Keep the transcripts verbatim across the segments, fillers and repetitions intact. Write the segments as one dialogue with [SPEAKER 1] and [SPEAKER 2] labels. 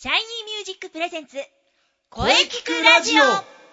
[SPEAKER 1] シャイニーミュージックプレゼンツ声聞くラジオ。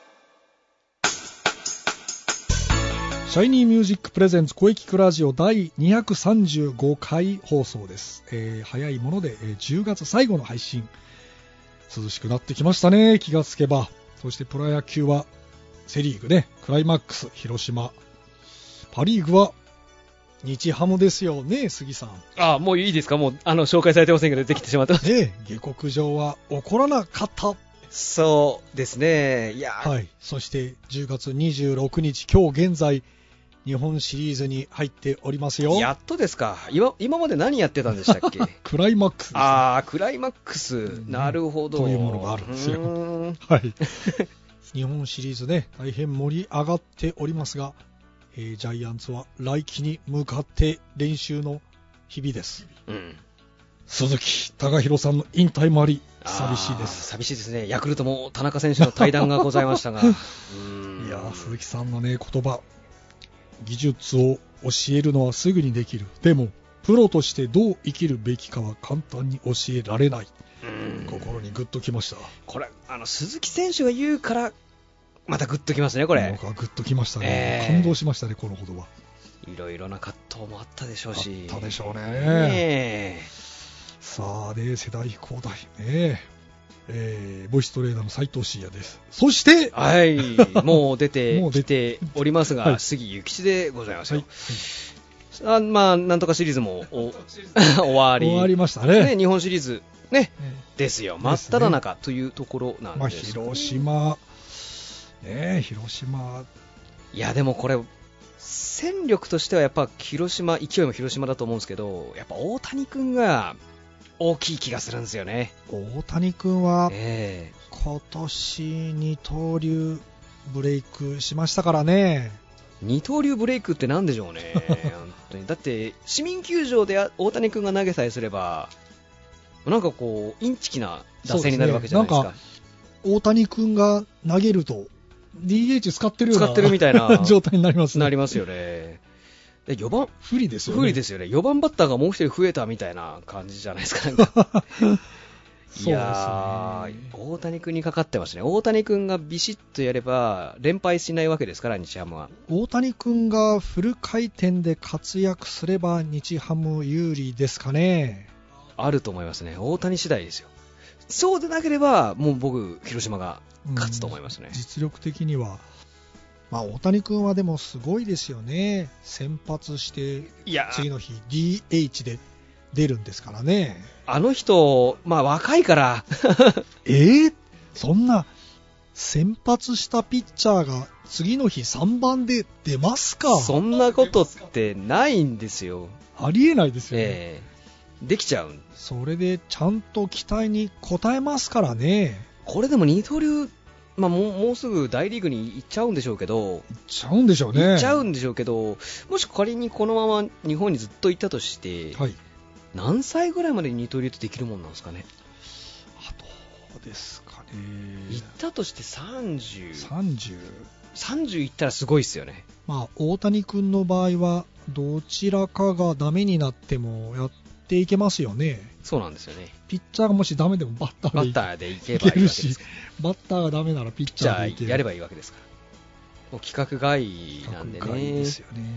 [SPEAKER 2] シャイニーミュージックプレゼンツ声聞くラジオだいにひゃくさんじゅうごかい放送です、えー、早いもので、えー、じゅうがつ最後の配信。涼しくなってきましたね、気がつけば。そしてプロ野球はセリーグね、クライマックス広島、パリーグは日ハムですよね、杉さん。
[SPEAKER 3] ああ、もういいですか。もうあの紹介されてませんけどできてしまってます、
[SPEAKER 2] ね、下克上は起こらなかった。
[SPEAKER 3] そうですね。いや、
[SPEAKER 2] はい。そしてじゅうがつにじゅうろくにち、今日現在日本シリーズに入っておりますよ。
[SPEAKER 3] やっとですか。 今, 今まで何やってたんでしたっけ
[SPEAKER 2] クライマックスです、ね、
[SPEAKER 3] ああ、クライマックス、うん、なるほど、
[SPEAKER 2] というものがあるんですよ。はい。日本シリーズね、大変盛り上がっておりますが、えー、ジャイアンツは来季に向かって練習の日々です、うん、鈴木貴弘さんの引退もあり寂しいです。
[SPEAKER 3] 寂しいですね。ヤクルトも田中選手の対談がございましたがう
[SPEAKER 2] ーん、いや鈴木さんのね言葉、技術を教えるのはすぐにできる、でもプロとしてどう生きるべきかは簡単に教えられない。うーん、心にグッときました。
[SPEAKER 3] これあの鈴木選手が言うからまたグッときますね、これ。
[SPEAKER 2] 僕はグッときましたね、えー、感動しましたね、この言葉。
[SPEAKER 3] いろいろな葛藤もあったでしょうし。
[SPEAKER 2] あったでしょうね、
[SPEAKER 3] え
[SPEAKER 2] ー、さあね、世代交代ね、えー、ボイストレーナーの斉藤慎也です。そして
[SPEAKER 3] はいもう出てきておりますが、はい、杉幸吉でございますよ、はい、あ、まあなんとかシリーズも終わり
[SPEAKER 2] 終わりましたね。
[SPEAKER 3] ね、日本シリーズね、うん、ですよ、真っ只中というところなんです、
[SPEAKER 2] まあ、広島ねえ、広島。
[SPEAKER 3] いやでもこれ戦力としてはやっぱ広島、勢いも広島だと思うんですけど、やっぱ大谷君が大きい気がするんですよね。
[SPEAKER 2] 大谷君は、
[SPEAKER 3] え
[SPEAKER 2] ー、今年二刀流ブレイクしましたからね。
[SPEAKER 3] 二刀流ブレイクってなんでしょうね本当に。だって市民球場で大谷君が投げさえすればなんかこうインチキな打線になるわけじゃないですか。
[SPEAKER 2] なんか大谷君が投げるとディーエイチ 使ってるような
[SPEAKER 3] 使ってるみたいな
[SPEAKER 2] 状態になりますね。
[SPEAKER 3] なりますよね。でよばん
[SPEAKER 2] 不利ですよね。
[SPEAKER 3] 不利ですよね。よばんバッターがもう一人増えたみたいな感じじゃないですか。なんかいやー、ね、大谷君にかかってますね。大谷君がビシッとやれば連敗しないわけですから、日ハムは。
[SPEAKER 2] 大谷君がフル回転で活躍すれば日ハム有利ですかね。
[SPEAKER 3] あると思いますね。大谷次第ですよ。そうでなければもう僕広島が勝つと思いますね、
[SPEAKER 2] うん、実力的には、まあ、大谷君はでもすごいですよね。先発して次の日 ディーエイチ で出るんですからね。
[SPEAKER 3] あの人、まあ、若いから
[SPEAKER 2] えー、そんな先発したピッチャーが次の日さんばんで出ますか。
[SPEAKER 3] そんなことってないんですよ。
[SPEAKER 2] ありえないですよね、
[SPEAKER 3] えー、できちゃう。
[SPEAKER 2] それでちゃんと期待に応えますからね。
[SPEAKER 3] これでも二刀流、まあ、もう、もうすぐ大リーグに行っちゃうんでしょうけど、
[SPEAKER 2] 行っちゃうんでしょうね。
[SPEAKER 3] 行っちゃうんでしょうけど、もし仮にこのまま日本にずっといたとして、はい、何歳ぐらいまで二刀流ってできるもんなんですかね。
[SPEAKER 2] あ、どうですかね。
[SPEAKER 3] 行ったとしてさんじゅう、
[SPEAKER 2] さんじゅう、
[SPEAKER 3] さんじゅういったらすごいですよね。
[SPEAKER 2] まあ、大谷君の場合はどちらかがダメになってもやっていけますよね。
[SPEAKER 3] そうなんですよね。
[SPEAKER 2] ピッチャーがもしダメでもバッターで
[SPEAKER 3] バッターでいけばいいわけですから。
[SPEAKER 2] バッターがダメならピッチャーでいける。
[SPEAKER 3] やればいいわけですから。もう規格外なんでね。規格外
[SPEAKER 2] ですよね。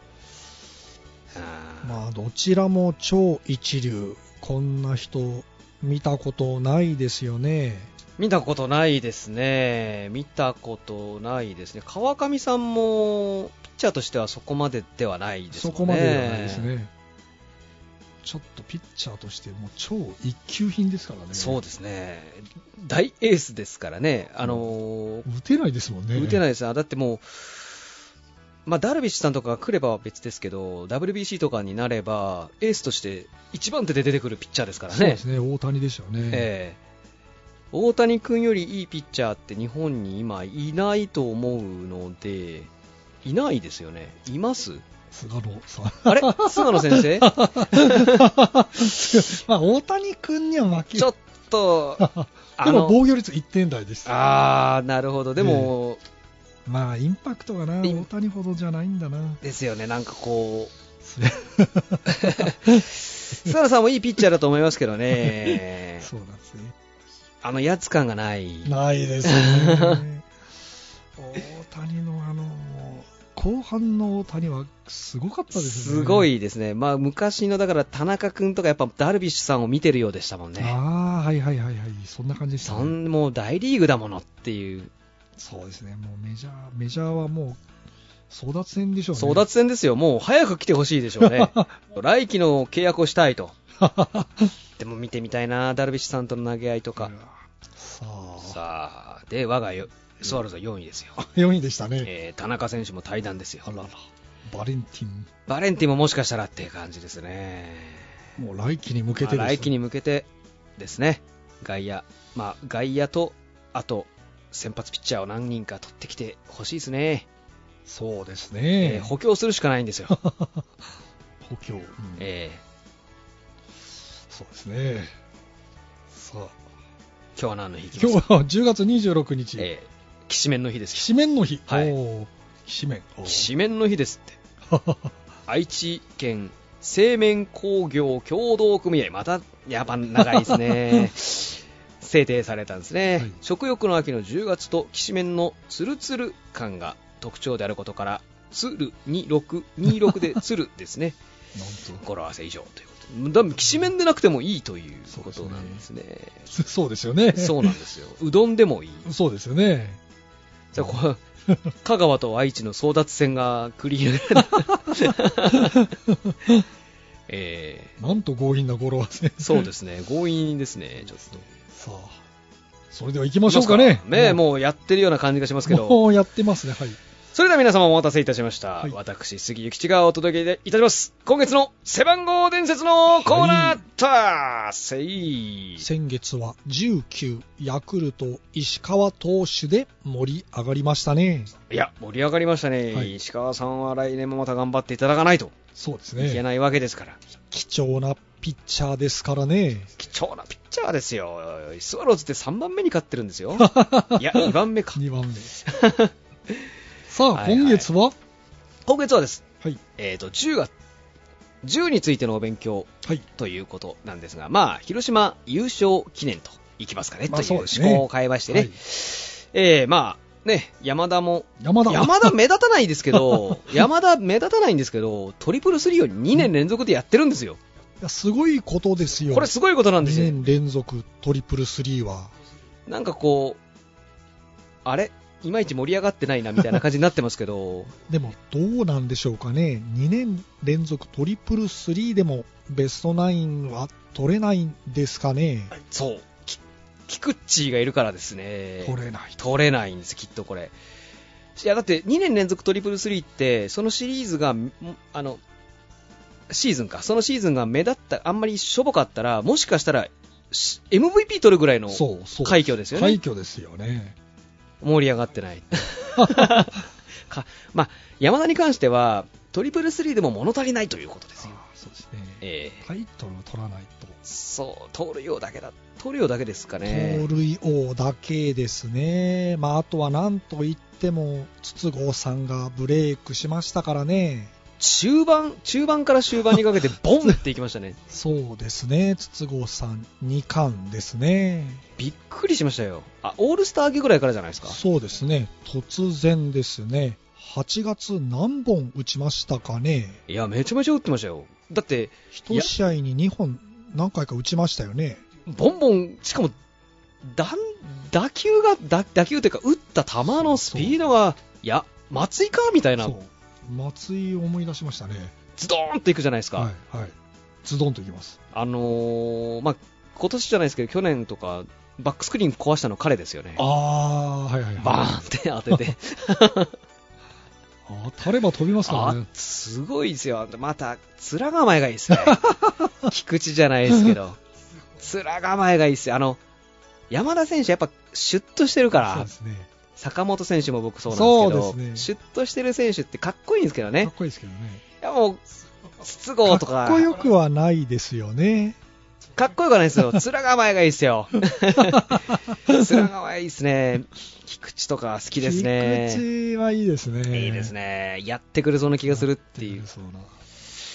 [SPEAKER 2] まあどちらも超一流。こんな人見たことないですよね。
[SPEAKER 3] 見たことないですね。見たことないですね。川上さんもピッチャーとしてはそこまでではないですもんね。
[SPEAKER 2] そこまでではないですね。ちょっとピッチャーとしてもう超一級品ですからね。
[SPEAKER 3] そうですね。大エースですからね。あのー、
[SPEAKER 2] 打てないですもんね。
[SPEAKER 3] 打てないです。だってもう、まあ、ダルビッシュさんとかが来れば別ですけど ダブリュービーシー とかになればエースとして一番手で出てくるピッチャーですからね。
[SPEAKER 2] そうですね、大谷ですよね、
[SPEAKER 3] えー、大谷君よりいいピッチャーって日本に今いないと思うので。いないですよね。います？
[SPEAKER 2] 菅野さん。
[SPEAKER 3] あれ菅野先生
[SPEAKER 2] まあ大谷君には負け
[SPEAKER 3] ちょっと
[SPEAKER 2] でも防御率いってん台です。
[SPEAKER 3] あー、なるほど。でも、
[SPEAKER 2] えー、まあインパクトがな大谷ほどじゃないんだな。
[SPEAKER 3] ですよね。なんかこう菅野さんもいいピッチャーだと思いますけどね。
[SPEAKER 2] そうなんですね。
[SPEAKER 3] あの威圧感がない。
[SPEAKER 2] ないですね。大谷のあの後半の大谷はすごかったですね。
[SPEAKER 3] すごいですね。まあ昔のだから田中君とかやっぱダルビッシュさんを見てるようでしたもんね。
[SPEAKER 2] ああ、はいはいはいはい、そんな感じでしたね。
[SPEAKER 3] そんもう大リーグだものっていう。
[SPEAKER 2] そうですね。もうメジャーメジャーはもう争奪戦でしょうね。
[SPEAKER 3] 争奪戦ですよ。もう早く来てほしいでしょうね。来季の契約をしたいと。でも見てみたいな、ダルビッシュさんとの投げ合いとか。
[SPEAKER 2] さあ、
[SPEAKER 3] さあで我がよスワローズはよんいですよ。
[SPEAKER 2] よんいでしたね。
[SPEAKER 3] えー、田中選手も対談ですよ。
[SPEAKER 2] あらら、バレンティン。
[SPEAKER 3] バレンティンももしかしたらっていう感じですね。
[SPEAKER 2] もう来季に向けてです、
[SPEAKER 3] まあ、来季に向けてですね。外野、まあ外野とあと先発ピッチャーを何人か取ってきてほしいですね。
[SPEAKER 2] そうですね、
[SPEAKER 3] えー、補強するしかないんですよ。
[SPEAKER 2] 補強、うん、
[SPEAKER 3] え
[SPEAKER 2] ー、そうですね。さあ、
[SPEAKER 3] 今日は何の日いきますか。
[SPEAKER 2] 今日はじゅうがつにじゅうろくにち、
[SPEAKER 3] えーきしめんの日です。
[SPEAKER 2] きしめんの日。
[SPEAKER 3] はい。
[SPEAKER 2] きしめん。
[SPEAKER 3] きしめんの日ですって。愛知県製麺工業協同組合、またやば長いですね。制定されたんですね。はい、食欲の秋のじゅうがつときしめんのつるつる感が特徴であることから、つるにじゅうろくにじゅうろくでつるですね。なんと語呂合わせ以上ということ。だきしめんでなくてもいいということなんですね。
[SPEAKER 2] そうですよね。
[SPEAKER 3] そうなんですよ。うどんでもいい。
[SPEAKER 2] そうですよね。
[SPEAKER 3] じゃあこれ香川と愛知の争奪戦が繰り広げられえ
[SPEAKER 2] ー、なんと強引な語呂合わせ。
[SPEAKER 3] そうですね、強引ですね、ちょっと。
[SPEAKER 2] さあ、それでは行きましょうかね。
[SPEAKER 3] ね、もうやってるような感じがしますけど。
[SPEAKER 2] もうやってますね、はい。
[SPEAKER 3] それでは皆様お待たせいたしました。はい、私、杉ゆきちがお届けいたします。今月の背番号伝説のコーナーだ、はい、せい
[SPEAKER 2] 先月はじゅうきゅう、ヤクルト石川投手で盛り上がりましたね。
[SPEAKER 3] いや、盛り上がりましたね。はい、石川さんは来年もまた頑張っていただかないと。
[SPEAKER 2] そうですね。
[SPEAKER 3] いけないわけですから。
[SPEAKER 2] 貴重なピッチャーですからね。
[SPEAKER 3] 貴重なピッチャーですよ。スワローズってさんばんめに勝ってるんですよ。いや、にばんめか。
[SPEAKER 2] にばんめ。さあ、はいはい、今月は
[SPEAKER 3] 今月はです。
[SPEAKER 2] はい。
[SPEAKER 3] えっと、じゅうがつ、じゅうについてのお勉強、はい、ということなんですが、まあ、広島優勝記念といきますかね、まあ、という思考を変えましてね。はい、えー、まあ、ね、山田も、
[SPEAKER 2] 山田
[SPEAKER 3] 山田目立たないですけど、山田目立たないんですけど、トリプルスリーをにねん連続でやってるんですよ。
[SPEAKER 2] いや、すごいことですよ。
[SPEAKER 3] これすごいことなんですよ。
[SPEAKER 2] にねん連続トリプルスリーは。
[SPEAKER 3] なんかこう、あれいまいち盛り上がってないなみたいな感じになってますけど。
[SPEAKER 2] でもどうなんでしょうかね。にねん連続トリプルスリーでもベストナインは取れないんですかね。
[SPEAKER 3] そう、キクッチーがいるからですね。
[SPEAKER 2] 取れない
[SPEAKER 3] 取れないんです、きっとこれ。いやだってにねん連続トリプルスリーってそのシリーズがあのシーズンかそのシーズンが目立ったあんまりしょぼかったらもしかしたら エムブイピー 取るぐらいの快挙ですよね。
[SPEAKER 2] 快挙ですよね。
[SPEAKER 3] 盛り上がってないか、まあ、山田に関してはトリプルスリーでも物足りないということですよ。
[SPEAKER 2] あ、そうですね、
[SPEAKER 3] えー、
[SPEAKER 2] タイトルを取らないと。
[SPEAKER 3] そう盗塁王だけだ盗塁王だけですかね。
[SPEAKER 2] 盗塁王だけですね。まあ、あとは何といっても筒香さんがブレイクしましたからね。
[SPEAKER 3] 中盤中盤から終盤にかけてボンっていきましたね。
[SPEAKER 2] そうですね、筒香さんに冠ですね。
[SPEAKER 3] びっくりしましたよ。あ、オールスター明けぐらいからじゃないですか。
[SPEAKER 2] そうですね、突然ですね。はちがつ何本打ちましたかね。
[SPEAKER 3] いや、めちゃめちゃ打ってましたよ。だってい
[SPEAKER 2] ち試合ににほん何回か打ちましたよね。
[SPEAKER 3] ボンボン、しかもだ打球が打打球というか打った球のスピードが、いや松井かみたいな。そう、
[SPEAKER 2] 松井を思い出しましたね。
[SPEAKER 3] ズドーンといくじゃないですか。
[SPEAKER 2] はいはい、ズドンといきます。
[SPEAKER 3] あのー、まあ今年じゃないですけど去年とかバックスクリーン壊したの彼ですよね。
[SPEAKER 2] ああ、はいはいはい。
[SPEAKER 3] バーンって当てて
[SPEAKER 2] 当たれば飛びますからね。
[SPEAKER 3] あ、すごいですよ。また面構えがいいですね。菊池じゃないですけど面構えがいいですよ。あの山田選手やっぱシュッとしてるから。
[SPEAKER 2] そうですね。
[SPEAKER 3] 坂本選手も僕そうなんですけど、
[SPEAKER 2] そうですね、
[SPEAKER 3] シュッとしてる選手ってかっこいいんですけどね。
[SPEAKER 2] かっこいいですけどね。
[SPEAKER 3] いやもう筒香とか
[SPEAKER 2] かっこよくはないですよね。
[SPEAKER 3] かっこよくはないですよ。面構えがいいですよ。面構えいいですね。菊池とか好きですね。
[SPEAKER 2] 菊池はいいですね。
[SPEAKER 3] いいですね。やってくれそうな気がするっていう。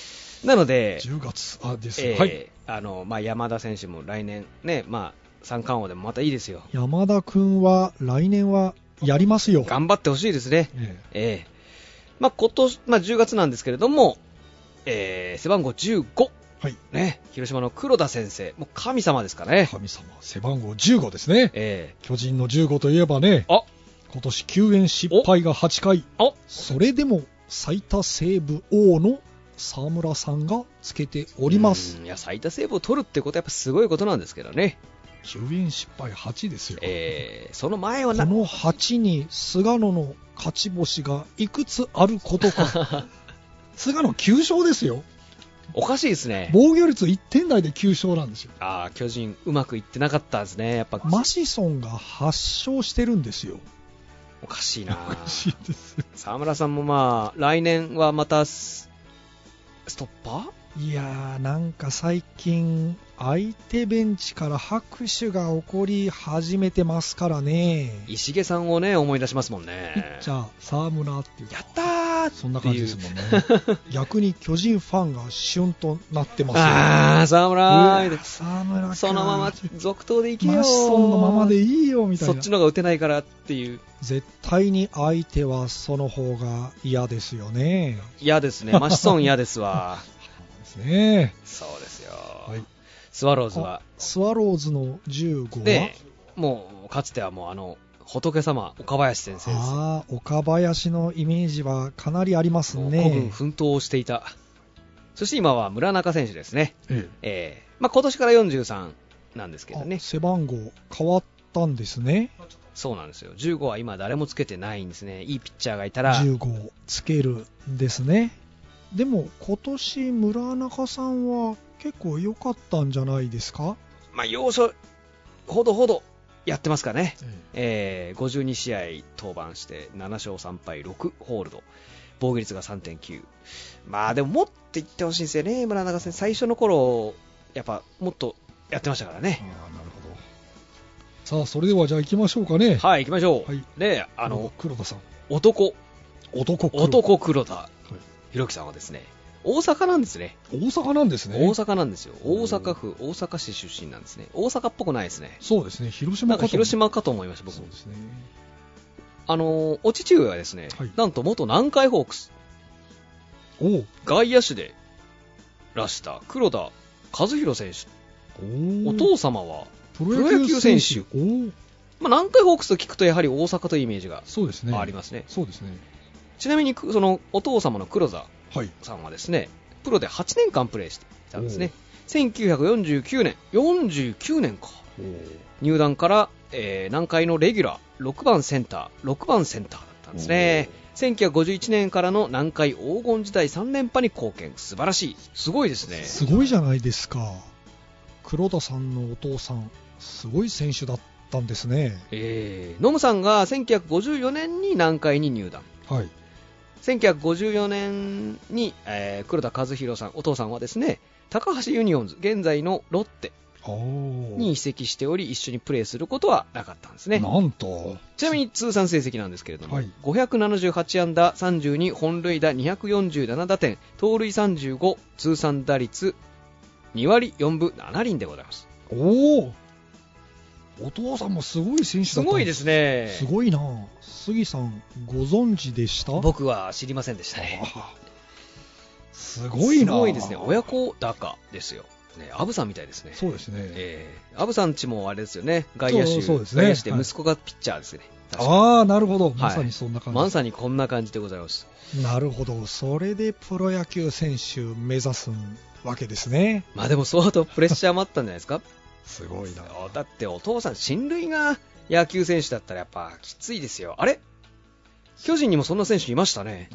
[SPEAKER 3] なので、
[SPEAKER 2] じゅうがつあです、
[SPEAKER 3] えー
[SPEAKER 2] はい、
[SPEAKER 3] あのまあ、山田選手も来年、ね、まあ、三冠王でもまたいいですよ。
[SPEAKER 2] 山田君は来年はやりますよ。
[SPEAKER 3] 頑張ってほしいですね。
[SPEAKER 2] え
[SPEAKER 3] えーまあ、今年、まあ、じゅうがつなんですけれども、えー背番号じゅうご、
[SPEAKER 2] はい
[SPEAKER 3] ね、広島の黒田先生、もう神様ですからね。
[SPEAKER 2] 神様、背番号じゅうごですね。
[SPEAKER 3] え
[SPEAKER 2] 巨人のじゅうごといえばね、
[SPEAKER 3] ー、あ
[SPEAKER 2] 今年救援失敗がはちかい、
[SPEAKER 3] お
[SPEAKER 2] それでも最多セーブ王の沢村さんがつけております。
[SPEAKER 3] うん、いや最多セーブを取るってことはやっぱすごいことなんですけどね。
[SPEAKER 2] 救援失敗はちですよ。
[SPEAKER 3] えー、その前はな、
[SPEAKER 2] このはちに菅野の勝ち星がいくつあることか。菅野きゅう勝ですよ。
[SPEAKER 3] おかしいですね。
[SPEAKER 2] 防御率いってん台できゅう勝なんですよ。
[SPEAKER 3] あー、巨人うまくいってなかったですね。やっぱ
[SPEAKER 2] マシソンがはっ勝してるんですよ。
[SPEAKER 3] おかしいな。
[SPEAKER 2] おかしいですよ。
[SPEAKER 3] 沢村さんもまあ来年はまたスストッパー
[SPEAKER 2] いやー、なんか最近相手ベンチから拍手が起こり始めてますからね。
[SPEAKER 3] 石毛さんをね思い出しますもん
[SPEAKER 2] ピッ
[SPEAKER 3] ね。
[SPEAKER 2] チャー沢村っていう
[SPEAKER 3] やったーっていう
[SPEAKER 2] そんな感じですもんね。逆に巨人ファンがシュンとなってますよ。
[SPEAKER 3] あー、沢村
[SPEAKER 2] うわ
[SPEAKER 3] ー
[SPEAKER 2] 沢村か
[SPEAKER 3] そのまま続投でいけよー。
[SPEAKER 2] マシソンのままでいいよみたいな。
[SPEAKER 3] そっちのが打てないからっていう。
[SPEAKER 2] 絶対に相手はその方が嫌ですよね。
[SPEAKER 3] 嫌ですね。マシソン嫌ですわ。
[SPEAKER 2] ですね。
[SPEAKER 3] そうですよ、
[SPEAKER 2] はい、
[SPEAKER 3] スワローズは
[SPEAKER 2] スワローズのじゅうごは
[SPEAKER 3] でもうかつてはもうあの仏様岡林先生です。
[SPEAKER 2] ああ、岡林のイメージはかなりありますね。
[SPEAKER 3] 孤軍奮闘をしていた。そして今は村中選手ですね。
[SPEAKER 2] ええ
[SPEAKER 3] えーまあ、今年からよんじゅうさんなんですけどね。
[SPEAKER 2] 背番号変わったんですね。
[SPEAKER 3] そうなんですよ。じゅうごは今誰もつけてないんですね。いいピッチャーがいたら
[SPEAKER 2] じゅうごつけるんですね。でも今年村中さんは結構良かったんじゃないですか。
[SPEAKER 3] まあ要所ほどほどやってますかね。
[SPEAKER 2] え
[SPEAKER 3] えー、ごじゅうにしあい登板してなな勝さん敗ろくホールド、防御率が さんてんきゅう。 まあでももっと言ってほしいんですよね。村中さん最初の頃やっぱもっとやってましたからね。
[SPEAKER 2] ああ、なるほど。さあそれではじゃあ行きましょうかね。
[SPEAKER 3] はい、行きましょう。
[SPEAKER 2] はい、
[SPEAKER 3] で、あの
[SPEAKER 2] 黒田さん、
[SPEAKER 3] 男
[SPEAKER 2] 男黒
[SPEAKER 3] 男黒田、
[SPEAKER 2] はい、
[SPEAKER 3] ひろきさんはですね大阪なんですね。
[SPEAKER 2] 大阪なんですね。
[SPEAKER 3] 大阪なんですよ。大阪府大阪市出身なんですね。大阪っぽくないですね。
[SPEAKER 2] そうですね。広島
[SPEAKER 3] なんか
[SPEAKER 2] かと
[SPEAKER 3] 広島かと思いました僕も。
[SPEAKER 2] そうですね。
[SPEAKER 3] あのお父上はですね、
[SPEAKER 2] はい、
[SPEAKER 3] なんと元南海ホークス
[SPEAKER 2] お
[SPEAKER 3] 外野手でらした黒田和弘選手。
[SPEAKER 2] お
[SPEAKER 3] お父様は
[SPEAKER 2] プ
[SPEAKER 3] ロ野球選手。
[SPEAKER 2] お、
[SPEAKER 3] まあ、南海ホークスと聞くとやはり大阪というイメージが
[SPEAKER 2] そうですね。
[SPEAKER 3] ありますね。
[SPEAKER 2] そうですね。
[SPEAKER 3] ちなみにそのお父様の黒田
[SPEAKER 2] はい、
[SPEAKER 3] さんはですねプロではちねんかんプレーしていたんですね。せんきゅうひゃくよんじゅうきゅうねんよんじゅうきゅうねんか入団から、えー、南海のレギュラーろくばんセンターろくばんセンターだったんですね。せんきゅうひゃくごじゅういちねんからの南海黄金時代さん連覇に貢献。素晴らしい。すごいですね。
[SPEAKER 2] すごいじゃないですか。黒田さんのお父さんすごい選手だったんですね。
[SPEAKER 3] えー、ノムさんがせんきゅうひゃくごじゅうよねんに南海に入団。
[SPEAKER 2] はい。
[SPEAKER 3] せんきゅうひゃくごじゅうよねんに、えー、黒田和弘さんお父さんはですね高橋ユニオンズ現在のロッテに移籍しており一緒にプレーすることはなかったんですね。
[SPEAKER 2] なんと
[SPEAKER 3] ちなみに通算成績なんですけれども、
[SPEAKER 2] はい、
[SPEAKER 3] ごひゃくななじゅうはちあんださんじゅうに本塁打にひゃくよんじゅうななだてん盗塁さんじゅうご通算打率にわりよんぶななりんでございます。
[SPEAKER 2] おお、お父さんもすごい選手だった。
[SPEAKER 3] すごいですね。
[SPEAKER 2] すごいな。杉さんご存知でした？
[SPEAKER 3] 僕は知りませんでしたね。
[SPEAKER 2] すごいな。
[SPEAKER 3] すごいですね。親子鷹ですよ。ね、アブさんみたいですね。
[SPEAKER 2] そうですね。
[SPEAKER 3] えー、アブさんちもあれですよね。外野手。
[SPEAKER 2] そうですね。
[SPEAKER 3] 外野手で息子がピッチャーですね。
[SPEAKER 2] はい、ああ、なるほど。まさにそんな感じ、
[SPEAKER 3] はい。まさにこんな感じでございます。
[SPEAKER 2] なるほど。それでプロ野球選手目指すわけですね。
[SPEAKER 3] まあでも相当プレッシャーもあったんじゃないですか。
[SPEAKER 2] すごいな。
[SPEAKER 3] だってお父さん親類が野球選手だったらやっぱきついですよ。あれ巨人にもそんな選手いましたね。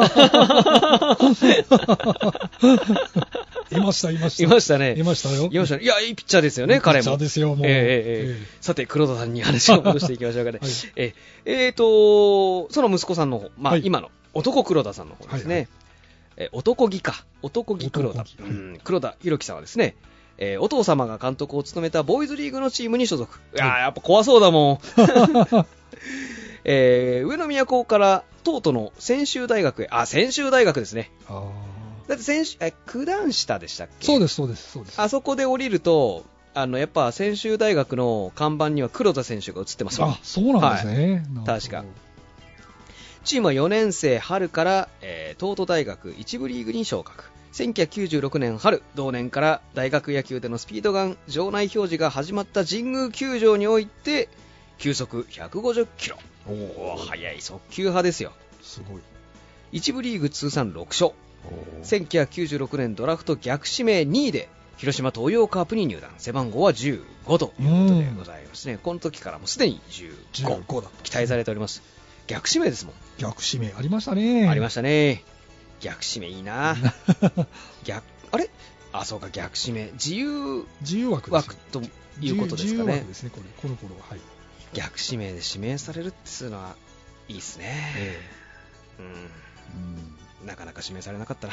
[SPEAKER 2] いましたいました
[SPEAKER 3] いましたね。
[SPEAKER 2] いましたよ。
[SPEAKER 3] いましたね。いやいいピッチャーですよね、彼も。
[SPEAKER 2] ピッチャーですよもう。
[SPEAKER 3] えーえーえー、さて黒田さんに話を戻していきましょうかね。はい、えー、えーとその息子さんの方、まあ、はい、今の男黒田さんの方ですね。はいはい、え男気か男気黒田、うん、黒田博樹さんはですね。えー、お父様が監督を務めたボーイズリーグのチームに所属。いやーやっぱ怖そうだもん。えー、上野都から東都の専修大学へ、あ、専修大学ですね。あだって選手え九段下でしたっけ？
[SPEAKER 2] そうですそうですそうです。
[SPEAKER 3] あそこで降りると、あのやっぱ専修大学の看板には黒田選手が映ってますもん。
[SPEAKER 2] あ、そうなんですね。
[SPEAKER 3] はい、確か。チームはよねん生春から、えー、東都大学一部リーグに昇格。せんきゅうひゃくきゅうじゅうろくねん春、同年から大学野球でのスピードガン場内表示が始まった神宮球場において球速ひゃくごじゅっキロ。おお、速い速球派ですよ。
[SPEAKER 2] すごい。
[SPEAKER 3] 一部リーグ通算ろく勝。せんきゅうひゃくきゅうじゅうろくねんドラフト逆指名にいで広島東洋カープに入団。背番号はじゅうごということでございますね。この時からもうすでにじゅうごだと期待されております。逆指名ですもん。
[SPEAKER 2] 逆指名ありましたね。
[SPEAKER 3] ありましたね。逆指名いいな。逆あれあ、そうか、逆指名自由
[SPEAKER 2] 自由枠
[SPEAKER 3] 枠ということですかね。
[SPEAKER 2] 自由枠ですね、これこの頃は。はい。
[SPEAKER 3] 逆指名で指名されるっていうのはいいですね。えー、うん。うんなかなか指名されなかったな。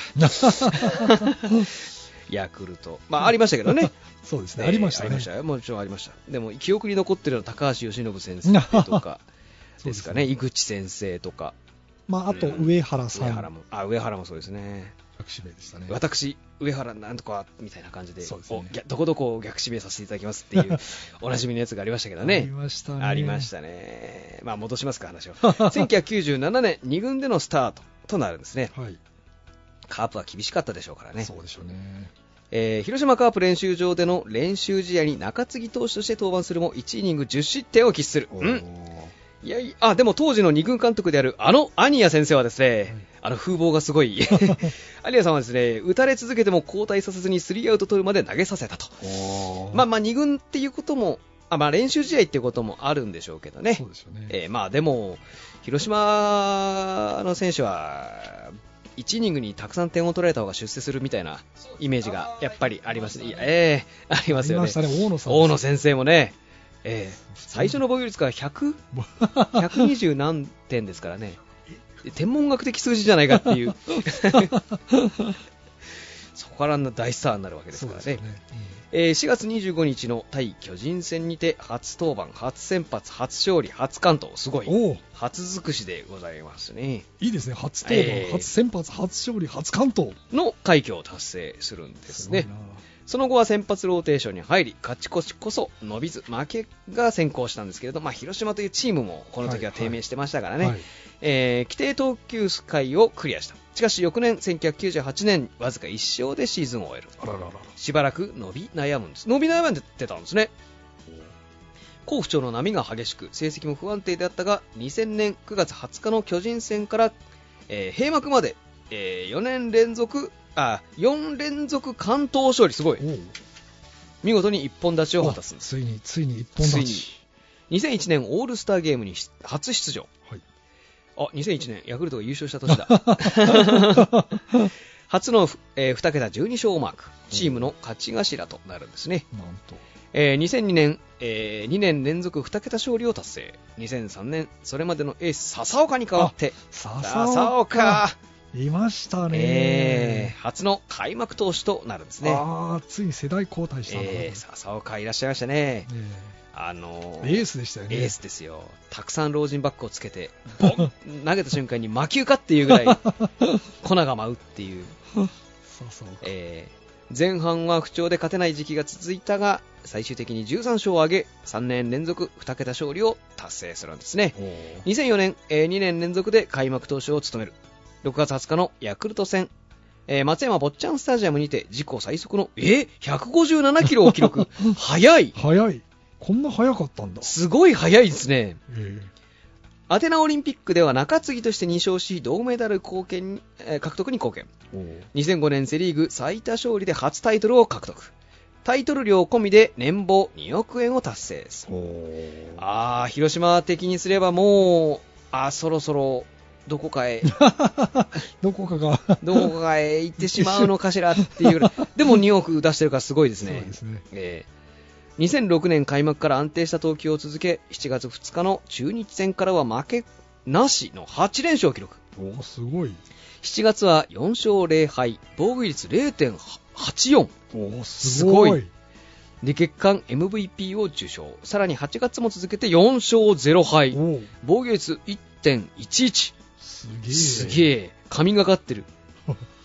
[SPEAKER 3] ヤクルト、まあありましたけどね。
[SPEAKER 2] そうですね、えー、ありましたね。
[SPEAKER 3] ありましたよ、もちろんありました。でも記憶に残ってるのは高橋由伸先生とかですかね。井口先生とか。
[SPEAKER 2] まああと上原さん。
[SPEAKER 3] うん、上原もあ上原もそうですね。
[SPEAKER 2] 逆指名でしたね。
[SPEAKER 3] 私上原なんとかみたいな感じで、
[SPEAKER 2] そうですね、
[SPEAKER 3] どこどこを逆指名させていただきますっていうおなじみのやつがありましたけどね。
[SPEAKER 2] ありましたね。
[SPEAKER 3] ありましたね。まあ戻しますか話を。せんきゅうひゃくきゅうじゅうななねんに軍でのスタートとなるんですね。はい。カープは厳しかったでしょうからね。
[SPEAKER 2] そうでしょうね。
[SPEAKER 3] えー、広島カープ練習場での練習試合に中継ぎ投手として登板するもいちイニングじゅっ失点を喫する。うん。いやいや、あ、でも当時のに軍監督であるあのアニヤ先生はですね、はい、あの風貌がすごいアニヤさんはですね、打たれ続けても交代させずにスリーアウト取るまで投げさせたと。まあまあに軍っていうことも、あ、まあ練習試合っていうこともあるんでしょうけどね。
[SPEAKER 2] そうですよね。
[SPEAKER 3] えー、まあでも広島の選手はいちイニングにたくさん点を取られた方が出世するみたいなイメージがやっぱりありますね。いや、えー、ありますよね。
[SPEAKER 2] ありましたね、大野さん。
[SPEAKER 3] 大野先生もね。えー、最初の防御率がひゃく、ひゃくにじゅう何点ですからね。天文学的数字じゃないかっていうそこからの大スターになるわけですからね。えー、しがつにじゅうごにちの対巨人戦にて初登板、初先発、初勝利、初完投、すごい初尽くしでございますね。
[SPEAKER 2] いいですね。初登板、えー、初先発、初勝利、初完投
[SPEAKER 3] の快挙を達成するんですね。その後は先発ローテーションに入り、勝ち越しこそ伸びず負けが先行したんですけれど、まあ、広島というチームもこの時は低迷してましたからね、はいはい、えー、規定投球回をクリアした。しかし翌年せんきゅうひゃくきゅうじゅうはちねんわずかいっ勝でシーズンを終える。
[SPEAKER 2] あららら、
[SPEAKER 3] しばらく伸び悩むんです。伸び悩んでたんですね。好不調の波が激しく成績も不安定であったが、にせんねんくがつはつかの巨人戦から、えー、閉幕まで、えー、よねん連続あよん連続完投勝利、すごい。見事に一本立ちを果たすんです。
[SPEAKER 2] ついについに一本立ち。
[SPEAKER 3] にせんいちねんオールスターゲームに初出場、はい、あにせんいちねんヤクルトが優勝した年だ初の、えー、に桁じゅうに勝をマーク。チームの勝ち頭となるんですね。
[SPEAKER 2] なんと、
[SPEAKER 3] えー、にせんにねん、えー、にねん連続に桁勝利を達成。にせんさんねんそれまでのエース笹岡に代わって笹岡
[SPEAKER 2] いましたね、
[SPEAKER 3] えー、初の開幕投手となるんですね。
[SPEAKER 2] あついに世代交代したんだ、
[SPEAKER 3] えー、笹岡いらっしゃいましたね、えーあの
[SPEAKER 2] ー、エースでしたよね。
[SPEAKER 3] エースですよ。たくさん老人バッグをつけてボン投げた瞬間に魔球かっていうぐらい粉が舞うっていう
[SPEAKER 2] そうそう、
[SPEAKER 3] えー、前半は不調で勝てない時期が続いたが最終的にじゅうさん勝を挙げさんねん連続に桁勝利を達成するんですね。にせんよねん、えー、にねん連続で開幕投手を務める。ろくがつはつかのヤクルト戦、えー、松山坊ちゃんスタジアムにて自己最速のえー、ひゃくごじゅうななキロを記録早い
[SPEAKER 2] 早い、こんな早かったんだ。
[SPEAKER 3] すごい早いですね、
[SPEAKER 2] えー、
[SPEAKER 3] アテナオリンピックでは中継ぎとしてに勝し銅メダル貢献、えー、獲得に貢献。にせんごねんセリーグ最多勝利で初タイトルを獲得。タイトル料込みで年俸におくえんを達成です。あー、広島的にすればもうあそろそろどこかへ
[SPEAKER 2] どこかが
[SPEAKER 3] どこかへ行ってしまうのかしらっていうでもにおく出してるからすごいですね。
[SPEAKER 2] そうですね、
[SPEAKER 3] えー、にせんろくねん開幕から安定した投球を続けしちがつふつかの中日戦からは負けなしのはち連勝を記録。
[SPEAKER 2] おすごい。
[SPEAKER 3] しちがつはよん勝ぜろ敗、防御率 れいてんはちよん。
[SPEAKER 2] おすごい。
[SPEAKER 3] で月間 エムブイピー を受賞。さらにはちがつも続けてよん勝ぜろ敗、防御率 いってんいちいち。
[SPEAKER 2] すげえ。
[SPEAKER 3] すげえ。神がかってる。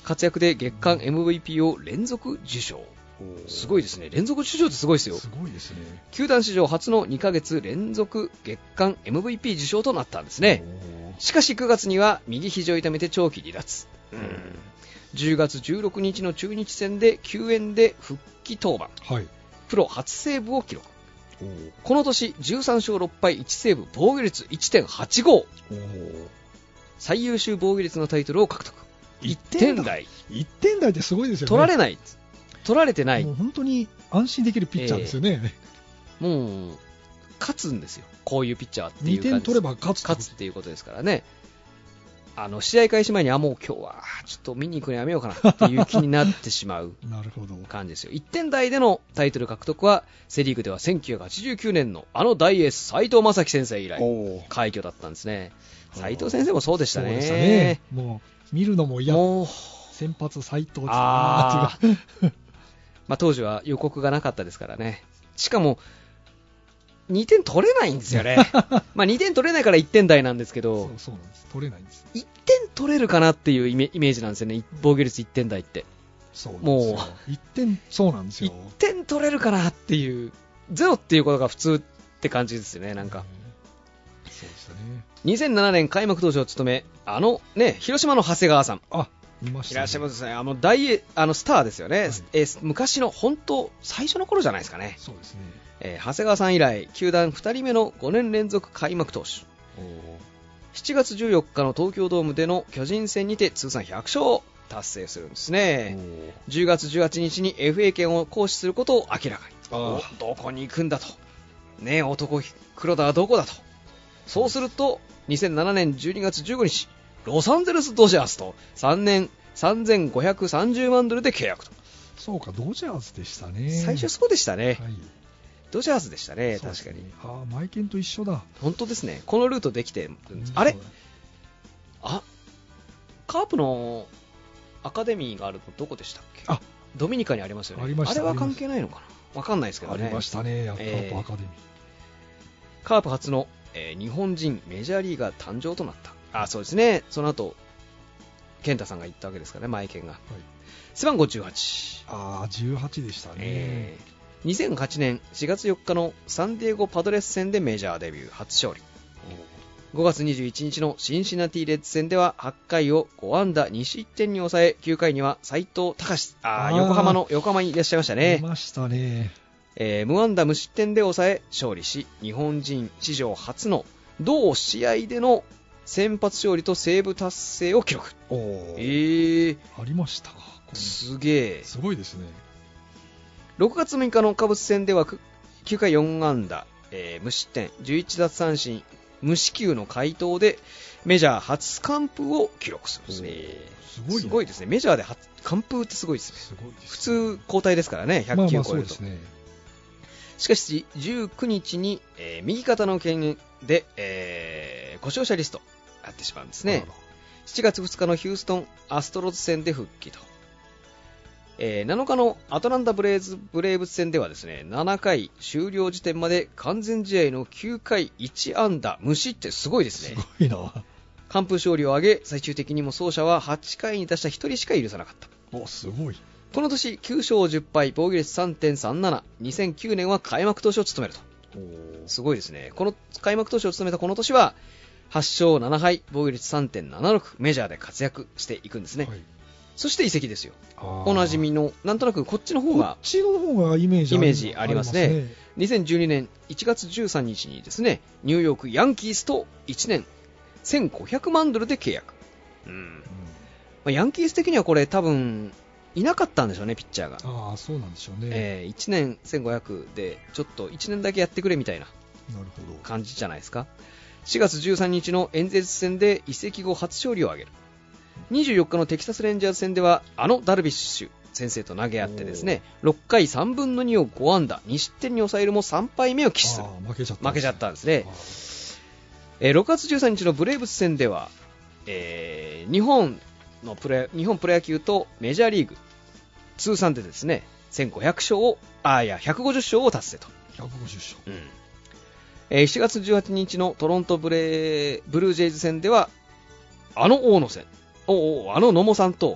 [SPEAKER 3] 活躍で月間 エムブイピー を連続受賞。すごいですね。連続受賞ってすごいですよ。
[SPEAKER 2] すごいですね。
[SPEAKER 3] 球団史上初のにかげつ連続月間 エムブイピー 受賞となったんですね。しかしくがつには右肘を痛めて長期離脱。うん、じゅうがつじゅうろくにちの中日戦で救援で復帰登板、はい、プロ初セーブを記録。この年じゅうさんしょうろっぱいいちセーブ防御率 いってんはちご、最優秀防御率のタイトルを獲得。いってん台。
[SPEAKER 2] いってん台ってすごいですよね。
[SPEAKER 3] 取られない。取られてない。
[SPEAKER 2] もう本当に安心できるピッチャーですよね。
[SPEAKER 3] えー、もう勝つんですよ。こういうピッチャーっていう感じ。
[SPEAKER 2] にてん取れば勝つ。
[SPEAKER 3] 勝つっていうことですからね。あの試合開始前にあもう今日はちょっと見に行くのやめようかなっていう気になってしまう感じですよ。いってん台でのタイトル獲得はセリーグではせんきゅうひゃくはちじゅうきゅうねんのあの大エース斉藤正樹先生以来快挙だったんですね。斉藤先生もそうでしたね。そうでしたね。
[SPEAKER 2] もう見るのも嫌。先発斉藤
[SPEAKER 3] あまあ当時は予告がなかったですからね。しかもにてん取れないんですよね。まあにてん取れないからいってん台なんですけど、
[SPEAKER 2] そうそうなんです。取れないんです。
[SPEAKER 3] いってん取れるかなっていうイメージなんですよね。防御率いってん台って。
[SPEAKER 2] そうなんですよ。もういってん、そうなんですよ。
[SPEAKER 3] いってん取れるかなっていう、ゼロっていうことが普通って感じですよね。なんか。
[SPEAKER 2] そうですね。
[SPEAKER 3] にせんななねん開幕投手を務め、あのね広島の長谷川さん。
[SPEAKER 2] あ、いましたね。
[SPEAKER 3] いらっしゃいますね。あの大あのスターですよね。はい、えー、昔の本当最初の頃じゃないですかね。
[SPEAKER 2] そうですね。
[SPEAKER 3] えー、長谷川さん以来球団ふたりめのごねん連続開幕投手。しちがつじゅうよっかの東京ドームでの巨人戦にて通算ひゃくしょうを達成するんですね。じゅうがつじゅうはちにちに エフエー 権を行使することを明らかに。どこに行くんだと、ね、男黒田はどこだと。そうするとにせんななねんじゅうにがつじゅうごにちロサンゼルスドジャースとさんねんさんぜんごひゃくさんじゅうまんドルで契約と。
[SPEAKER 2] そうか、ドジャースでしたね。
[SPEAKER 3] 最初そうでしたね、
[SPEAKER 2] はい、
[SPEAKER 3] ドジャースでしたね。確かに。
[SPEAKER 2] ああ、マイケンと一緒だ。
[SPEAKER 3] 本当ですね。このルートできてるんです。あれあカープのアカデミーがあるのどこでしたっけ。あ、ドミニカにありますよね。 ありました。あれは関係ないのかな、わかんないですけどね。
[SPEAKER 2] ありましたね、カープアカデミー、
[SPEAKER 3] えー、カープ初の、えー、日本人メジャーリーガー誕生となった。あ、そうですね。その後健太さんが言ったわけですからね、マイケンが、はい、背番号じゅうはち。
[SPEAKER 2] ああ、じゅうはちでしたね、
[SPEAKER 3] えー、にせんはちねんしがつよっかのサンディエゴパドレス戦でメジャーデビュー初勝利。ごがつにじゅういちにちのシンシナティレッズ戦でははちかいをごあんだにしってんに抑え、きゅうかいには斉藤隆、あ横浜の横浜にいらっしゃいましたね。
[SPEAKER 2] いましたね、
[SPEAKER 3] えー、無安打無失点で抑え勝利し、日本人史上初の同試合での先発勝利とセーブ達成を記録。
[SPEAKER 2] お
[SPEAKER 3] えー、
[SPEAKER 2] ありましたか。
[SPEAKER 3] すげえ、
[SPEAKER 2] すごいですね。
[SPEAKER 3] ろくがつむいかのカブス戦ではきゅうかいよんあんだ、えー、無失点じゅういちだつさんしん無四球の快投でメジャー初完封を記録するんですね。
[SPEAKER 2] すごい、ね、
[SPEAKER 3] すごいですね。メジャーで初完封ってすごいですね。
[SPEAKER 2] すごいですね。
[SPEAKER 3] 普通交代ですからね、ひゃくきゅうを超えると。
[SPEAKER 2] まあまあそうですね。
[SPEAKER 3] しかしじゅうくにちに、えー、右肩の件で、えー、故障者リストやってしまうんですね。しちがつふつかのヒューストンアストロズ戦で復帰と。えー、なのかのアトランタブレーズブレーブス戦ではですね、ななかい終了時点まで完全試合のきゅうかいいちあんだ無失点、すごいですね。
[SPEAKER 2] すごいな。
[SPEAKER 3] 完封勝利を挙げ、最終的にも走者ははちかいに出したひとりしか許さなかった。
[SPEAKER 2] お、すごい。
[SPEAKER 3] この年きゅうしょうじゅっぱい、防御率 さんてんさんなな、にせんきゅうねんは開幕投手を務めると。すごいですね。この開幕投手を務めたこの年ははちしょうななはい、防御率 さんてんななろく、メジャーで活躍していくんですね。はい、そして移籍ですよ。おなじみの、なんとなくこっちの方が
[SPEAKER 2] こっちの方がイメージありますね。
[SPEAKER 3] イメージありますね。にせんじゅうにねんいちがつじゅうさんにちにですね、ニューヨークヤンキースといちねんせんごひゃくまんドルで契約。うんうんまあ、ヤンキース的にはこれ多分いなかったんでしょうね、ピッチャーが。
[SPEAKER 2] ああ、そうなんでしょうね。
[SPEAKER 3] えー、いちねんせんごひゃくでちょっといちねんだけやってくれみたいな感じじゃないですか。しがつじゅうさんにちのエンゼルス戦で移籍後初勝利を挙げる。にじゅうよっかのテキサスレンジャーズ戦ではあのダルビッシュ先生と投げ合ってですね、ろっかいさんぶんのにをごあんだにしってんに抑えるもさんぱいめを喫する。
[SPEAKER 2] 負けちゃったんですね。
[SPEAKER 3] 負けちゃったんですね。えー、ろくがつじゅうさんにちのブレーブス戦では、えー、日本のプロ日本プロ野球とメジャーリーグ通算でですねせんごひゃくしょうをあいやひゃくごじゅっしょうを達成と。
[SPEAKER 2] ひゃくごじゅっしょう、
[SPEAKER 3] うんえー、しがつじゅうはちにちのトロントブレーブルージェイズ戦ではあの大野戦おおあの野茂さんと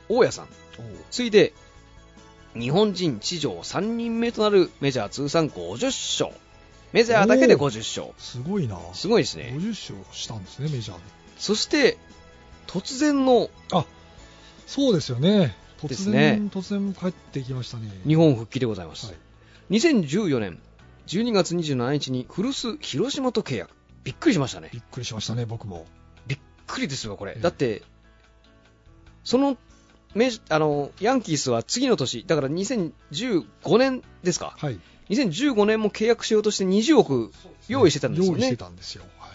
[SPEAKER 3] 大家さん、次いで日本人史上さんにんめとなるメジャー通算ごじゅっしょう、メジャーだけでごじゅっしょう、
[SPEAKER 2] すごいな。
[SPEAKER 3] すごいですね。
[SPEAKER 2] ごじゅっしょうしたんですね、メジャーで。
[SPEAKER 3] そして突然の、
[SPEAKER 2] あ、そうですよね。突
[SPEAKER 3] です
[SPEAKER 2] 然、
[SPEAKER 3] ね
[SPEAKER 2] 突然帰ってきましたね。
[SPEAKER 3] 日本復帰でございます、
[SPEAKER 2] はい、
[SPEAKER 3] にせんじゅうよねんじゅうにがつにじゅうしちにちに古巣広島と契約。びっくりしましたね。
[SPEAKER 2] びっくりしましたね、僕も。
[SPEAKER 3] びっくりですよこれ、
[SPEAKER 2] ええ、
[SPEAKER 3] だってそのメジあのヤンキースは次の年だからにせんじゅうごねんですか、
[SPEAKER 2] はい、
[SPEAKER 3] にせんじゅうごねんも契約しようとしてにじゅうおく用意してたんですよね。
[SPEAKER 2] 用意してたんですよ。はい、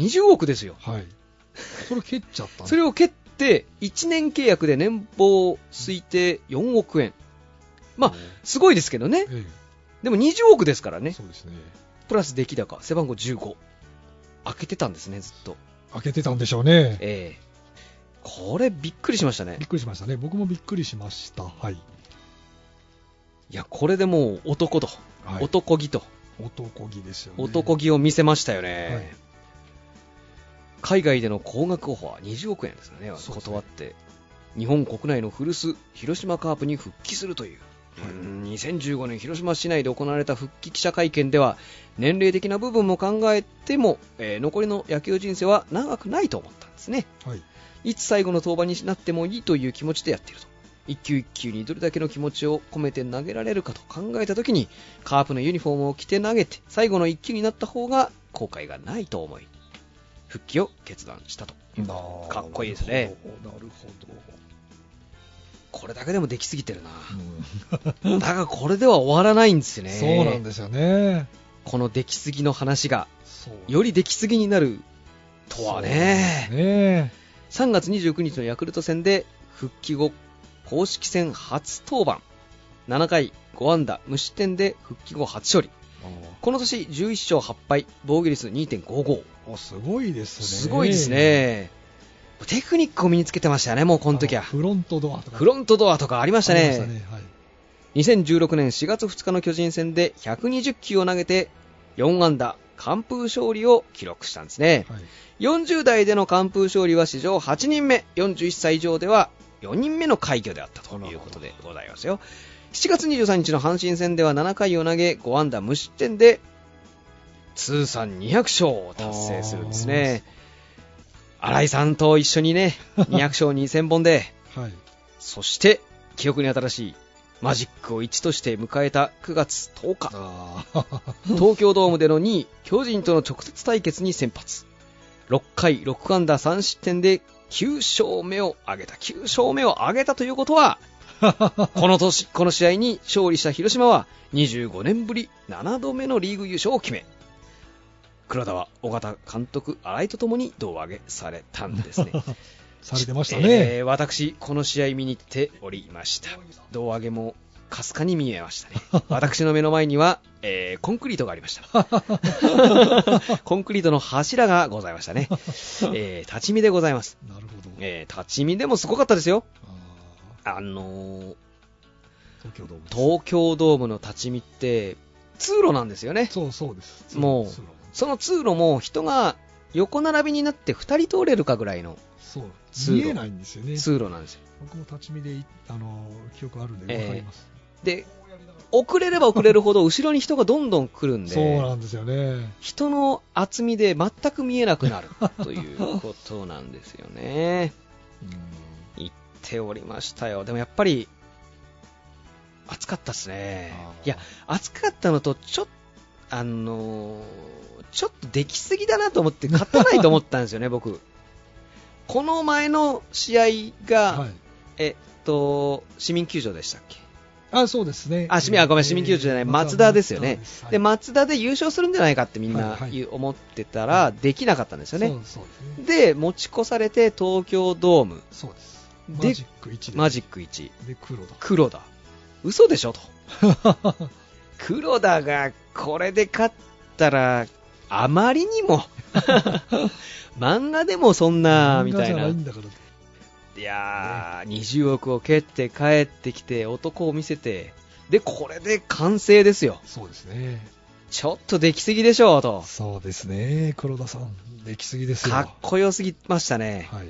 [SPEAKER 3] にじゅうおくですよ。
[SPEAKER 2] はい。それ蹴っちゃったん
[SPEAKER 3] それを蹴っていちねん契約で年俸推定よんおくえん。まあすごいですけどね。
[SPEAKER 2] ええ、
[SPEAKER 3] でもにじゅうおくですからね。
[SPEAKER 2] そうですね。
[SPEAKER 3] プラス出来高背番号じゅうご開けてたんですね、ずっと。
[SPEAKER 2] 開けてたんでしょうね。
[SPEAKER 3] ええ、これびっくりしましたね。
[SPEAKER 2] びっくりしましたね。僕もびっくりしました。はい。
[SPEAKER 3] いやこれでもう男と、
[SPEAKER 2] はい、
[SPEAKER 3] 男気と
[SPEAKER 2] 男気ですよね。
[SPEAKER 3] 男気を見せましたよね、
[SPEAKER 2] はい、
[SPEAKER 3] 海外での高額オファーにじゅうおくえんですよね、断って日本国内の古巣広島カープに復帰するという、はい、にせんじゅうごねん広島市内で行われた復帰記者会見では年齢的な部分も考えても、えー、残りの野球人生は長くないと思ったんですね、はい、いつ最後の登板になってもいいという気持ちでやっていると。一球一球にどれだけの気持ちを込めて投げられるかと考えたときにカープのユニフォームを着て投げて最後の一球になった方が後悔がないと思い復帰を決断したと。かっこいいですね。
[SPEAKER 2] なるほど。
[SPEAKER 3] これだけでもできすぎてるな、うん、だからこれでは終わらないんですよね。
[SPEAKER 2] そうなんですよね。
[SPEAKER 3] このできすぎの話がよりできすぎになるとは ね, ねさんがつにじゅうくにちのヤクルト戦で復帰後公式戦初登板、ななかいごあんだ無失点で復帰後初勝利。この年じゅういっしょうはっぱい、防御率 にてんごご。
[SPEAKER 2] お、すごいですね。
[SPEAKER 3] すごいですね。テクニックを身につけてましたよね、もうこの時は。
[SPEAKER 2] フロントドアとか
[SPEAKER 3] フロントドアとかありましたね。ありましたね、
[SPEAKER 2] はい、
[SPEAKER 3] にせんじゅうろくねんしがつふつかの巨人戦でひゃくにじゅっきゅうを投げてよんあんだ完封勝利を記録したんですね、はい、よんじゅうだいでの完封勝利は史上はちにんめ、よんじゅういっさい以上ではよにんめの快挙であったということでございますよ。しちがつにじゅうさんにちの阪神戦ではななかいを投げごあんだ無失点で通算にひゃくしょうを達成するんですね。新井さんと一緒にねにひゃくしょうにせんぼんで、はい、そして記憶に新しいマジックをいちとして迎えたくがつとおか、東京ドームでのにい巨人との直接対決に先発、ろっかいろくあんださんしってんできゅうしょうめを挙げたきゅうしょうめを挙げたということはこの年この試合に勝利した広島はにじゅうごねんぶりななどめのリーグ優勝を決め、黒田は尾形監督新井とともに胴上げされたんですね
[SPEAKER 2] されてましたね、
[SPEAKER 3] えー、私この試合見に行っておりました。胴上げもかすかに見えましたね私の目の前には、えー、コンクリートがありましたコンクリートの柱がございましたね、えー、立ち見でございます。
[SPEAKER 2] なるほど、
[SPEAKER 3] えー、立ち見でもすごかったですよ。あ、あのー、
[SPEAKER 2] 東京ドーム
[SPEAKER 3] 東京ドームの立ち見って通路なんですよね。
[SPEAKER 2] そうそうです。
[SPEAKER 3] もうその通路も人が横並びになってふたり通れるかぐらいの
[SPEAKER 2] そう
[SPEAKER 3] 通路、
[SPEAKER 2] 見えないんですよね。
[SPEAKER 3] 通路なんですよ。
[SPEAKER 2] 僕も立ち見であの記憶あるんで分かります、
[SPEAKER 3] えー、で遅れれば遅れるほど後ろに人がどんどん来るんで
[SPEAKER 2] そうなんですよね。
[SPEAKER 3] 人の厚みで全く見えなくなるということなんですよねうん言っておりましたよ。でもやっぱり暑かったですね。いや暑かったのとちょっとあのー、ちょっとできすぎだなと思って勝たないと思ったんですよね僕。この前の試合が、はい、えっと市民球場でしたっけ。
[SPEAKER 2] あ、そうですね。
[SPEAKER 3] あ、市民、あ、ごめん、市民球場じゃない、松田ですよね。で、はい、で松田で優勝するんじゃないかってみんな、はいはい、思ってたら、はい、できなかったんですよね。そうそうですね。で、持ち越されて東京ドーム。
[SPEAKER 2] そうです。マジックいちで。
[SPEAKER 3] マジックいち。
[SPEAKER 2] で、黒田。
[SPEAKER 3] 黒田。嘘でしょと。黒田がこれで勝ったら、あまりにも、漫画でもそんな、みたいな。いやー、ね、にじゅうおくを蹴って帰ってきて男を見せて、でこれで完成ですよ。
[SPEAKER 2] そうですね。
[SPEAKER 3] ちょっとできすぎでしょうと。
[SPEAKER 2] そうですね。黒田さんできすぎですよ。
[SPEAKER 3] かっこよすぎましたね、
[SPEAKER 2] はい、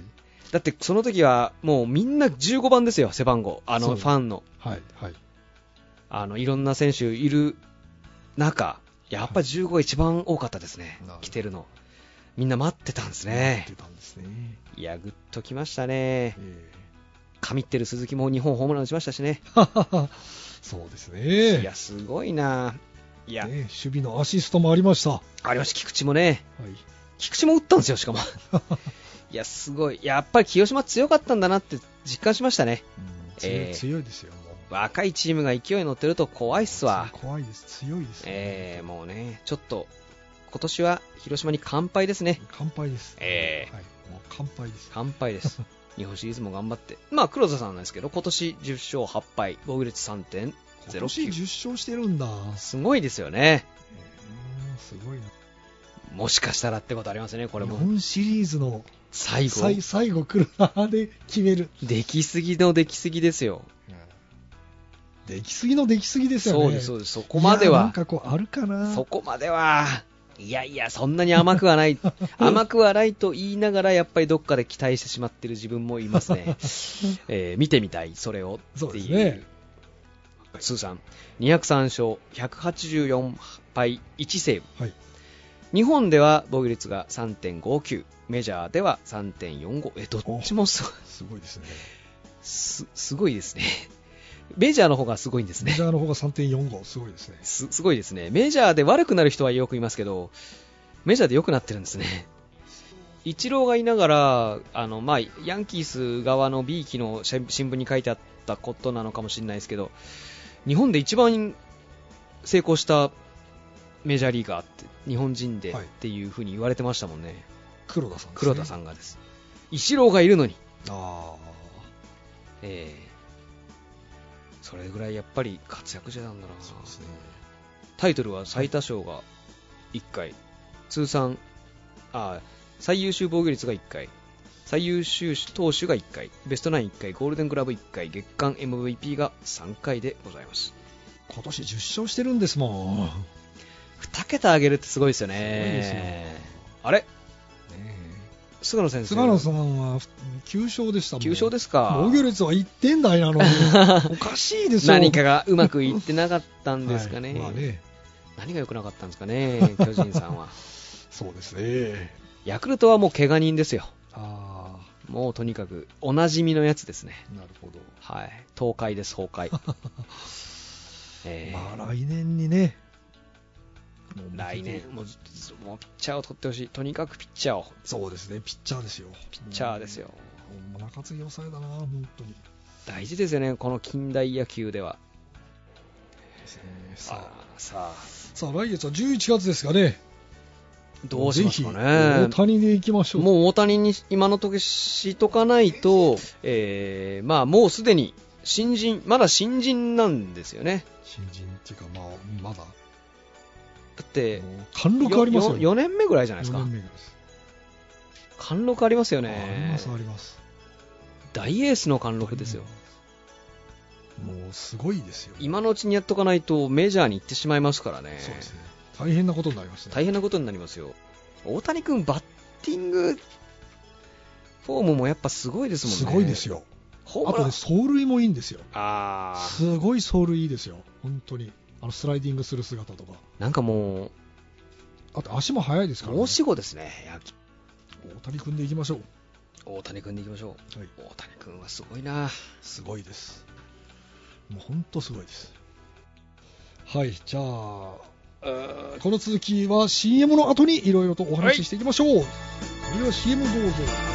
[SPEAKER 3] だってその時はもうみんなじゅうごばんですよ、背番号、あのファンの、
[SPEAKER 2] はいはい、
[SPEAKER 3] あのいろんな選手いる中、やっぱりじゅうごが一番多かったですね、はい、来てるの、みんな待ってたんですね。
[SPEAKER 2] 待ってたんですね。
[SPEAKER 3] いや、ぐっときましたね。えー神ってる鈴木もにほんホームラン打ちましたしね。
[SPEAKER 2] そうですね。
[SPEAKER 3] いや、すごいな。いや、
[SPEAKER 2] ね、守備のアシストもありました。
[SPEAKER 3] ありました、菊池もね。
[SPEAKER 2] はい、
[SPEAKER 3] 菊池も打ったんですよ、しかも。いや、すごい。やっぱり清島強かったんだなって実感しましたね。
[SPEAKER 2] うん、強い、えー、強いですよ。も
[SPEAKER 3] う若いチームが勢いに乗ってると怖いっすわ。
[SPEAKER 2] 怖いです、強いです、ね。
[SPEAKER 3] えー、もうね、ちょっと今年は広島に完敗ですね。
[SPEAKER 2] 完敗です。
[SPEAKER 3] えー、
[SPEAKER 2] はい、もう完敗です。
[SPEAKER 3] 完敗です。日本シリーズも頑張って、まあ黒田さんなんですけど、今年じゅっしょうはっぱい、防御率 さんてんゼロきゅう。
[SPEAKER 2] 今年じゅっしょうしてるんだ。
[SPEAKER 3] すごいですよね。
[SPEAKER 2] えー、すごいな。
[SPEAKER 3] もしかしたらってことありますね、これも。
[SPEAKER 2] 日本シリーズの
[SPEAKER 3] 最後、
[SPEAKER 2] 最後来るなで決める。
[SPEAKER 3] できすぎのできすぎですよ。
[SPEAKER 2] できすぎのできすぎですよね。
[SPEAKER 3] そうです、そうです。そこまでは。
[SPEAKER 2] なんかこうあるかな。
[SPEAKER 3] そこまでは。いやいや、そんなに甘くはない甘くはないと言いながら、やっぱりどっかで期待してしまっている自分もいますね。えー、見てみたい、それをっていう。
[SPEAKER 2] そうですね。
[SPEAKER 3] 通算にひゃくさんしょう、ひゃくはちじゅうよんぱいいちセーブ、はい、日本では防御率が さんてんごきゅう、メジャーでは さんてんよんご、えどっちもすごい、
[SPEAKER 2] すごいですね。
[SPEAKER 3] す、すごいですね。メジャーの方がすごいんですね。
[SPEAKER 2] メジャーの方が さんてんよんご、すごいですね。
[SPEAKER 3] す、すごいですね。メジャーで悪くなる人はよくいますけど、メジャーで良くなってるんですね。イチローがいながら、あの、まあ、ヤンキース側の B 期の新聞に書いてあったことなのかもしれないですけど、日本で一番成功したメジャーリーガーって日本人でっていう風に言われてましたもんね。
[SPEAKER 2] 黒田さんですね。
[SPEAKER 3] 黒田さんがです。イチローがいるのに。
[SPEAKER 2] ああ。
[SPEAKER 3] ええー。それぐらいやっぱり活躍してたんだな。
[SPEAKER 2] そうですね。
[SPEAKER 3] タイトルは最多勝がいっかい、通算あ最優秀防御率がいっかい、最優秀投手がいっかい、ベストナインいっかい、ゴールデングラブいっかい、月間 エムブイピー がさんかいでございます。
[SPEAKER 2] 今年じゅっしょうしてるんですもん。に
[SPEAKER 3] けた上げるってすごいですよね。
[SPEAKER 2] すごいですよ。
[SPEAKER 3] あれ、菅野先生、
[SPEAKER 2] 菅野さんはきゅうしょうでしたもん。
[SPEAKER 3] きゅうしょうですか。
[SPEAKER 2] 防御率はいってん台なのにおかしいですよ。
[SPEAKER 3] 何かがうまくいってなかったんですかね。
[SPEAKER 2] はい、まあね、
[SPEAKER 3] 何が良くなかったんですかね、巨人さんは。
[SPEAKER 2] そうですね。
[SPEAKER 3] ヤクルトはもう怪我人ですよ。
[SPEAKER 2] あ
[SPEAKER 3] あ、もうとにかくおなじみのやつですね。
[SPEAKER 2] なるほど。
[SPEAKER 3] はい、東海です、崩壊。
[SPEAKER 2] えー、まあ来年にね。
[SPEAKER 3] 来年もう、もうピッチャーを取ってほしい。とにかくピッチャーを。
[SPEAKER 2] そうですね、ピッチャーですよ。
[SPEAKER 3] ピッチャーですよ。
[SPEAKER 2] もう中継ぎ抑えだな、本当に。
[SPEAKER 3] 大事ですよね、この近代野球では。
[SPEAKER 2] ですね。さあ、
[SPEAKER 3] さあ、
[SPEAKER 2] さあ来月はじゅういちがつですかね。
[SPEAKER 3] どうしますかね。
[SPEAKER 2] 大谷でいきましょう。
[SPEAKER 3] もう大谷に今の時しとかないと、えー、まあもうすでに新人、まだ新人なんですよね。
[SPEAKER 2] 新人っていうか、まあまだ。
[SPEAKER 3] だって
[SPEAKER 2] 貫禄ありますよね。
[SPEAKER 3] よねんめぐらいじゃないですか。
[SPEAKER 2] よねんめぐらいです。
[SPEAKER 3] 貫禄ありますよね。
[SPEAKER 2] ありますあります。
[SPEAKER 3] 大エースの貫禄ですよ。
[SPEAKER 2] もうすごいですよ。
[SPEAKER 3] 今のうちにやっとかないとメジャーに行ってしまいますからね。
[SPEAKER 2] そうですね。大変なことになりますね。
[SPEAKER 3] 大変なことになりますよ。大谷君バッティングフォームもやっぱすごいですもんね。
[SPEAKER 2] すごいですよ。あとね、走塁もいいんですよ。
[SPEAKER 3] あ
[SPEAKER 2] すごい走塁いいですよ。本当に。あのスライディングする姿とか。
[SPEAKER 3] なんかもう、
[SPEAKER 2] あと足も速いですからね。
[SPEAKER 3] 申し子ですね。
[SPEAKER 2] 大谷君でいきましょう。
[SPEAKER 3] 大谷君でいきましょう。
[SPEAKER 2] はい、
[SPEAKER 3] 大谷君はすごいな。
[SPEAKER 2] すごいです。もう本当すごいです。はい、じゃあ、この続きは シーエム の後にいろいろとお話ししていきましょう。はい、それでは シーエム どうぞ。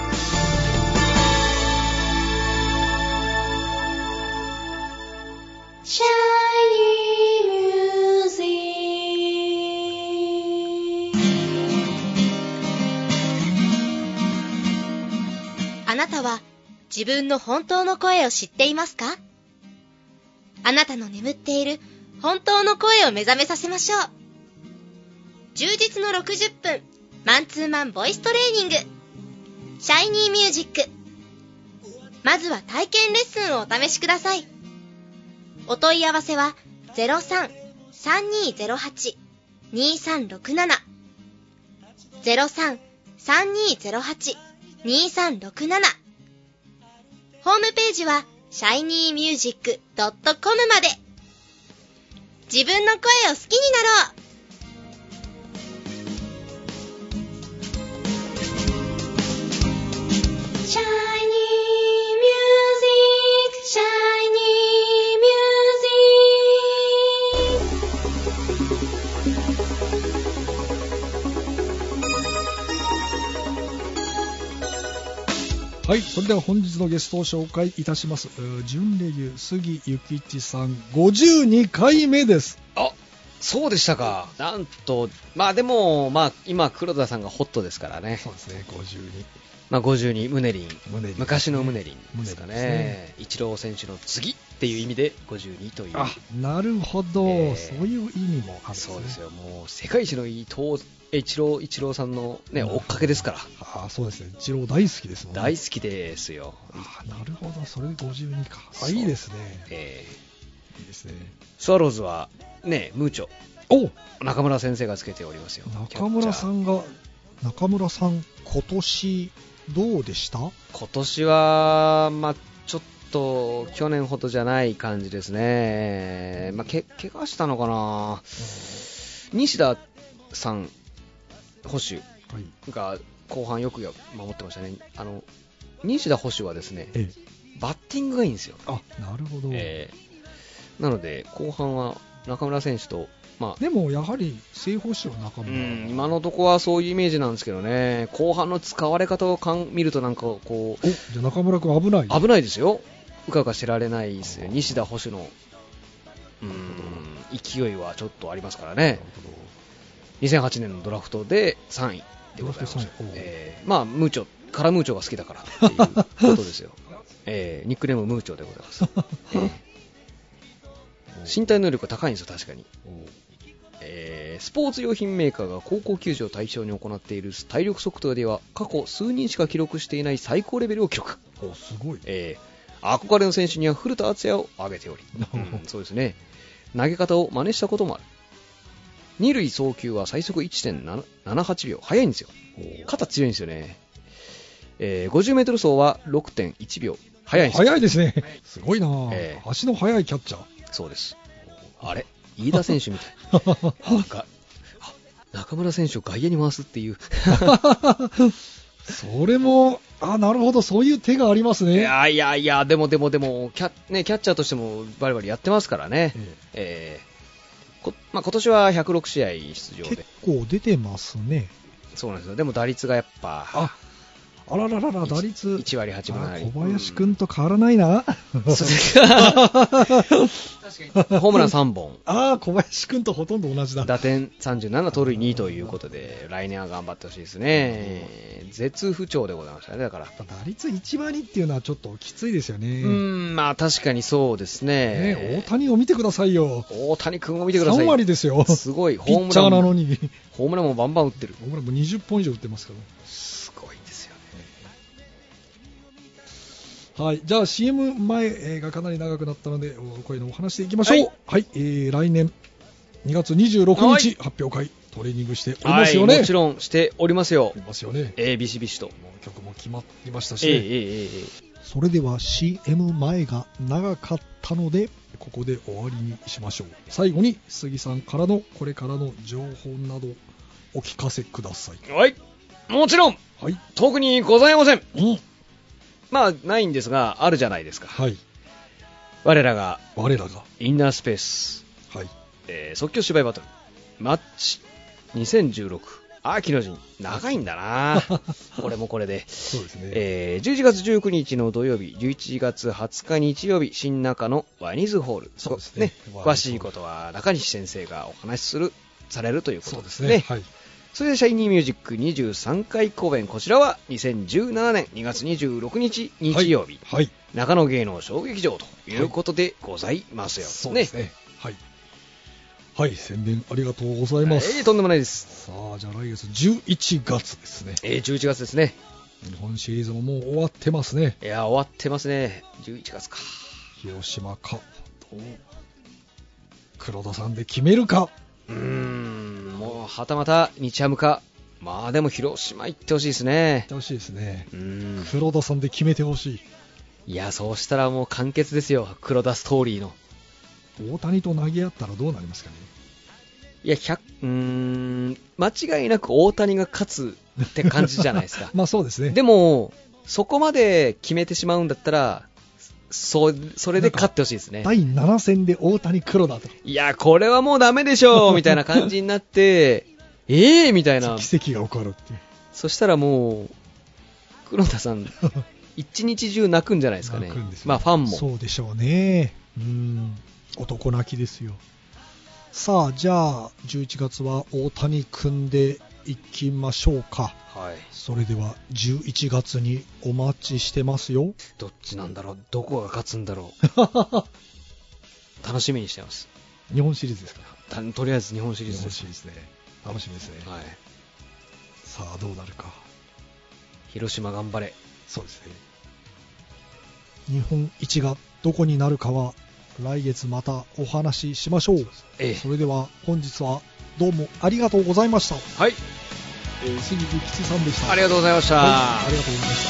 [SPEAKER 1] シャイニーミュージック。あなたは自分の本当の声を知っていますか？あなたの眠っている本当の声を目覚めさせましょう。充実のろくじゅっぷんマンツーマンボイストレーニング、シャイニーミュージック。まずは体験レッスンをお試しください。お問い合わせは ゼロさん さんにーゼロはち にーさんろくなな ゼロさん さんにーゼロはち にーさんろくななホームページは シャイニーミュージックドットコム まで。自分の声を好きになろう。シャイニーミュージック、シャイニーミ
[SPEAKER 2] はい、それでは本日のゲストを紹介いたします。準レギュ杉ゆきちさんごじゅうにかいめです。
[SPEAKER 3] あ、そうでしたか。なんと、まあでも、まあ今黒田さんがホットですからね。
[SPEAKER 2] そうですね、ごじゅうに。
[SPEAKER 3] まあごじゅうに、ムネリン。
[SPEAKER 2] ムネリン
[SPEAKER 3] 昔のムネリンですかね。
[SPEAKER 2] ね
[SPEAKER 3] イチロー選手の次っていう意味でごじゅうにという。
[SPEAKER 2] あ、なるほど、
[SPEAKER 3] えー
[SPEAKER 2] そういう意味もあるんですね。
[SPEAKER 3] そうですよ。もう世界一の伊藤一郎一郎さんのね、追っかけですから。
[SPEAKER 2] あ、そうですね。一郎大好きですもんね。
[SPEAKER 3] 大好きですよ。
[SPEAKER 2] あ、なるほど、それでごじゅうにか。あ、いいですね。
[SPEAKER 3] え
[SPEAKER 2] ー、いいですね。
[SPEAKER 3] スワローズはね、ムーチョ。
[SPEAKER 2] お、
[SPEAKER 3] 中村先生がつけておりますよ。
[SPEAKER 2] 中村さんが、中村さん、今年どうでした？
[SPEAKER 3] 今年は、まあ、ちょっと去年ほどじゃない感じですね。まあ、け怪我したのかな、うん、西田さん捕手が後半よく守ってましたね。あの西田捕手はですね、ええ、バッティングがいいんですよ。
[SPEAKER 2] あ、なるほど、
[SPEAKER 3] えー、なので後半は中村選手と、まあ、
[SPEAKER 2] でもやはり正捕手は中村、
[SPEAKER 3] うん、今のところはそういうイメージなんですけどね。後半の使われ方をかん見るとなんかこう、お、
[SPEAKER 2] じゃあ中村君危ない？
[SPEAKER 3] 危ないですよ。うかうかしてられないですよ。西田捕手のうん勢いはちょっとありますからね。にせんはちねんのドラフトでさんいでございます。えー、まあムーチョ、カラムーチョが好きだからっていうことですよ。えー、ニックネームムーチョでございます。えー、身体能力が高いんですよ、確かに。えー、スポーツ用品メーカーが高校球児を対象に行っている体力測定では過去数人しか記録していない最高レベルを記録。
[SPEAKER 2] お、すごい。
[SPEAKER 3] えー、憧れの選手には古田敦也を挙げており、うん、そうですね。投げ方を真似したこともある。二塁送球は最速 いってんななはち 秒、速いんですよ。肩強いんですよね。えー、ごじゅうメートル走は ろくてんいち 秒、速いんですよ。
[SPEAKER 2] 速いですね。すごいな、えー、足の速いキャッチャー。
[SPEAKER 3] そうです。あれ、飯田選手みたい。なんか中村選手を外野に回すっていう。
[SPEAKER 2] それも、あ、なるほど、そういう手がありますね。
[SPEAKER 3] いやいやいや、でもでもでもキャ、ね、キャッチャーとしてもバリバリやってますからね。えーえーこまあ、今年はひゃくろくしあい出場で
[SPEAKER 2] 結構出てますね。
[SPEAKER 3] そうなんですよ。でも打率がやっぱ、
[SPEAKER 2] あ、あらららら、打率
[SPEAKER 3] いちわりはちぶななり。
[SPEAKER 2] 小林君と変わらないな。
[SPEAKER 3] うん、確かにホームランさんぼん。
[SPEAKER 2] ああ、小林君とほとんど同じだ。
[SPEAKER 3] 打点さんじゅうなな、盗塁にということで、来年は頑張ってほしいですね。絶不調でございましたね。だから
[SPEAKER 2] 打率いちわりっていうのはちょっときついですよね。
[SPEAKER 3] うーん、まあ確かにそうですね。
[SPEAKER 2] ね、大谷を見てくださいよ。
[SPEAKER 3] 大谷君を見てください。
[SPEAKER 2] さんわりですよ。
[SPEAKER 3] すごい。
[SPEAKER 2] ピッチャーなのに。
[SPEAKER 3] ホームランもバンバン打ってる。
[SPEAKER 2] ホームランもにじゅっぽん以上打ってますから。
[SPEAKER 3] すごいですよね。
[SPEAKER 2] はい、じゃあ シーエム 前がかなり長くなったのでこういうのお話していきましょう。はい、はい、えー、来年にがつにじゅうろくにち、はい、発表会トレーニングしておりますよね。
[SPEAKER 3] はい、もちろんしておりますよ。
[SPEAKER 2] おりますよね。
[SPEAKER 3] えー、ビシビシと
[SPEAKER 2] 曲も決まりましたし、
[SPEAKER 3] ね、えーえーえー、
[SPEAKER 2] それでは シーエム 前が長かったのでここで終わりにしましょう。最後に杉さんからのこれからの情報などお聞かせください。
[SPEAKER 3] はい、もちろん、はい、特にございません。うん、まあないんですがあるじゃないですか。
[SPEAKER 2] はい、
[SPEAKER 3] 我らが
[SPEAKER 2] 我らが
[SPEAKER 3] インナースペース、はい、えー、即興芝居バトルマッチにせんじゅうろく秋の陣、長いんだなこれもこれで。
[SPEAKER 2] そうですね。
[SPEAKER 3] えー、じゅういちがつじゅうくにちの土曜日、じゅういちがつはつか日曜日、新中野ワニズホール。
[SPEAKER 2] そうですね。
[SPEAKER 3] 詳しいことは中西先生がお話しするされるということですね。
[SPEAKER 2] そうですね。はい。
[SPEAKER 3] それでシャイニーミュージックにじゅうさんかい公演、こちらはにせんじゅうななねんにがつにじゅうろくにち日曜日、
[SPEAKER 2] はいはい、
[SPEAKER 3] 中野芸能小劇場ということでございますよ、はい、
[SPEAKER 2] そうですね。はい。はい、宣伝ありがとうございます。
[SPEAKER 3] えー、とんでもないです。
[SPEAKER 2] さあ、じゃあ来月じゅういちがつですね。
[SPEAKER 3] えー、じゅういちがつですね。
[SPEAKER 2] 日本シリーズももう終わってますね。
[SPEAKER 3] いや、終わってますね。じゅういちがつか。
[SPEAKER 2] 広島か、どう黒田さんで決めるか。
[SPEAKER 3] うーん、もうはたまた日ハムか。まあでも広島行ってほしいですね。
[SPEAKER 2] 行ってほしいですね。
[SPEAKER 3] うん、
[SPEAKER 2] 黒田さんで決めてほしい。
[SPEAKER 3] いや、そうしたらもう完結ですよ、黒田ストーリーの。
[SPEAKER 2] 大谷と投げ合ったらどうなりますかね。
[SPEAKER 3] いや、ひゃく、うーん、間違いなく大谷が勝つって感じじゃないですか。
[SPEAKER 2] まあそうですね。
[SPEAKER 3] でも、そこまで決めてしまうんだったら、そう、それで勝ってほしいですね。
[SPEAKER 2] だいなな戦で大谷黒田と。
[SPEAKER 3] いや、これはもうダメでしょうみたいな感じになって、えーみたいな。
[SPEAKER 2] 奇跡が起こるっていう。
[SPEAKER 3] そしたらもう、黒田さん、一日中泣くんじゃないですかね。
[SPEAKER 2] 泣くんですよ。
[SPEAKER 3] まあファンも。
[SPEAKER 2] そうでしょうね。うん。男泣きですよ。さあ、じゃあ、じゅういちがつは大谷君でいきましょうか。
[SPEAKER 3] はい。
[SPEAKER 2] それでは、じゅういちがつにお待ちしてますよ。
[SPEAKER 3] どっちなんだろう、どこが勝つんだろう。楽しみにしてます。
[SPEAKER 2] 日本シリーズですか。
[SPEAKER 3] たとりあえず日本シリーズ
[SPEAKER 2] 日
[SPEAKER 3] です。
[SPEAKER 2] 本シリーズね。楽しみですね。
[SPEAKER 3] はい。
[SPEAKER 2] さあ、どうなるか。
[SPEAKER 3] 広島頑張れ。
[SPEAKER 2] そうですね。日本一がどこになるかは、来月またお話ししましょう。
[SPEAKER 3] ええ、
[SPEAKER 2] それでは本日はどうもありがとうございました。
[SPEAKER 3] はい、
[SPEAKER 2] えー、杉木吉さんでした。
[SPEAKER 3] ありがとうございました。
[SPEAKER 2] はい、ありがとうございました。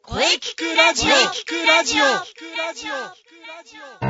[SPEAKER 1] 声聞くラジオ、聞くラジオ、聞くラジオ。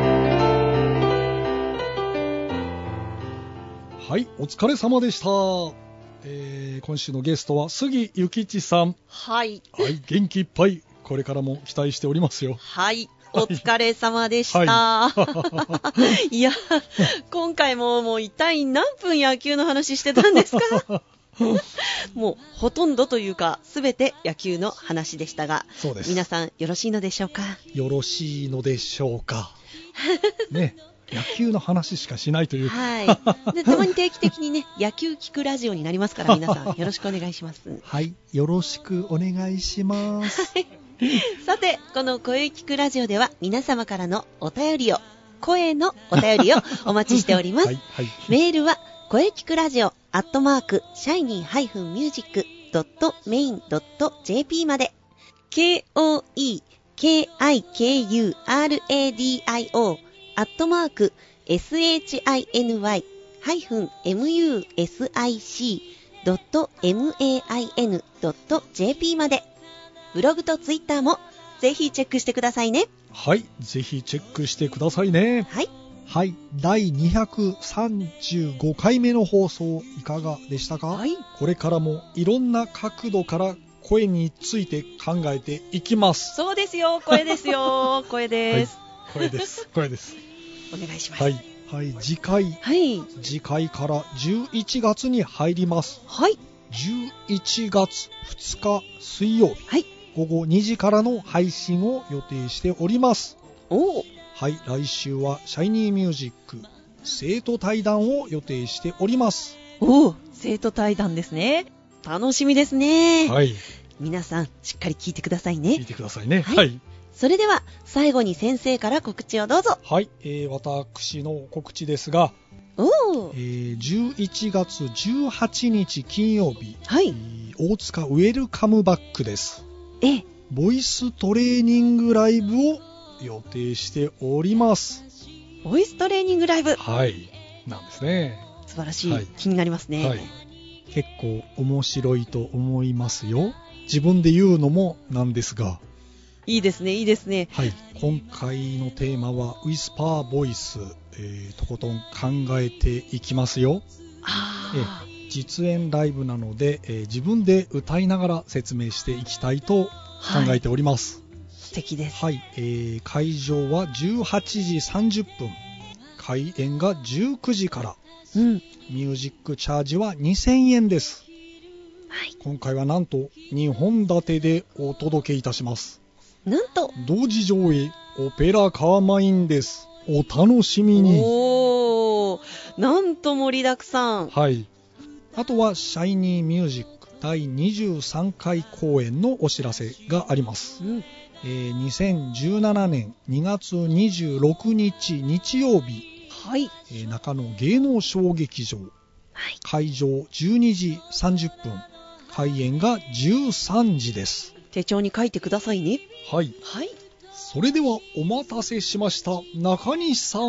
[SPEAKER 2] はい、お疲れ様でした。えー、今週のゲストは杉ゆきちさん。
[SPEAKER 4] はい。
[SPEAKER 2] はい、元気いっぱい、これからも期待しておりますよ。
[SPEAKER 4] はい。お疲れ様でした。はい、いや、今回ももう一体何分野球の話してたんですか？もうほとんどというか全て野球の話でしたが、
[SPEAKER 2] そうです。
[SPEAKER 4] 皆さんよろしいのでしょうか？
[SPEAKER 2] よろしいのでしょうか。ね。野球の話しかしないというか、
[SPEAKER 4] はい、でたまに定期的にね野球聞くラジオになりますから、皆さんよろしくお願いします。
[SPEAKER 2] はい、よろしくお願いします。
[SPEAKER 4] さて、この声聞くラジオでは皆様からのお便りを、声のお便りをお待ちしております。はいはい、メールは声聞くラジオアットマークシャイニーハイフンミュージックドットメインドットジェーピー まで ケーオーイーケーアイケーユーアールエーディーアイオーアットマーク シャイニーハイフンミュージックドットメインドットジェーピー まで。ブログとツイッターもぜひチェックしてくださいね。
[SPEAKER 2] はい、ぜひチェックしてくださいね。
[SPEAKER 4] はい。
[SPEAKER 2] はい、だいにひゃくさんじゅうごかいめの放送いかがでしたか？はい。これからもいろんな角度から声について考えていきます。
[SPEAKER 4] そうですよ、声ですよ、声です。
[SPEAKER 2] はい、声です、声です。
[SPEAKER 4] お願いします。
[SPEAKER 2] はい、はい、次回、はい、次回からじゅういちがつに入ります。はい。じゅういちがつふつか水曜日、はい、ごごにじからの配信を予定しております。おー。はい、来週はシャイニーミュージック生徒対談を予定しております。
[SPEAKER 4] おお、生徒対談ですね。楽しみですね。はい。皆さんしっかり聞いてくださいね。
[SPEAKER 2] 聞いてくださいね。はい。はい、
[SPEAKER 4] それでは最後に先生から告知をどうぞ。
[SPEAKER 2] はい、えー、私の告知ですが、おー、えー、じゅういちがつじゅうはちにち金曜日、はい、えー、大塚ウェルカムバックです。え、ボイストレーニングライブを予定しております。
[SPEAKER 4] ボイストレーニングライブ、
[SPEAKER 2] はい、なんですね。
[SPEAKER 4] 素晴らしい、はい、気になりますね。はい、
[SPEAKER 2] 結構面白いと思いますよ。自分で言うのもなんですが。
[SPEAKER 4] いいですね、いいですね。
[SPEAKER 2] はい、今回のテーマはウィスパーボイス、えー、とことん考えていきますよ。あ、えー、実演ライブなので、えー、自分で歌いながら説明していきたいと考えております。はい、
[SPEAKER 4] 素敵です。
[SPEAKER 2] はい、えー、会場はじゅうはちじさんじゅっぷん、開演がじゅうくじから、うん、ミュージックチャージはにせんえんです。はい、今回はなんとにほん立てでお届けいたします。
[SPEAKER 4] なんと
[SPEAKER 2] 同時上映オペラカーマインです。お楽しみに。
[SPEAKER 4] おー、なんと盛りだくさん。
[SPEAKER 2] はい。あとはシャイニーミュージックだいにじゅうさんかい公演のお知らせがあります。うん、えー、にせんじゅうななねんにがつにじゅうろくにち日曜日、はい、えー、中野芸能小劇場、はい、会場じゅうにじさんじゅっぷん、開演がじゅうさんじです。
[SPEAKER 4] 手帳に書いてくださいね。
[SPEAKER 2] はい、はい、それではお待たせしました。中西さん、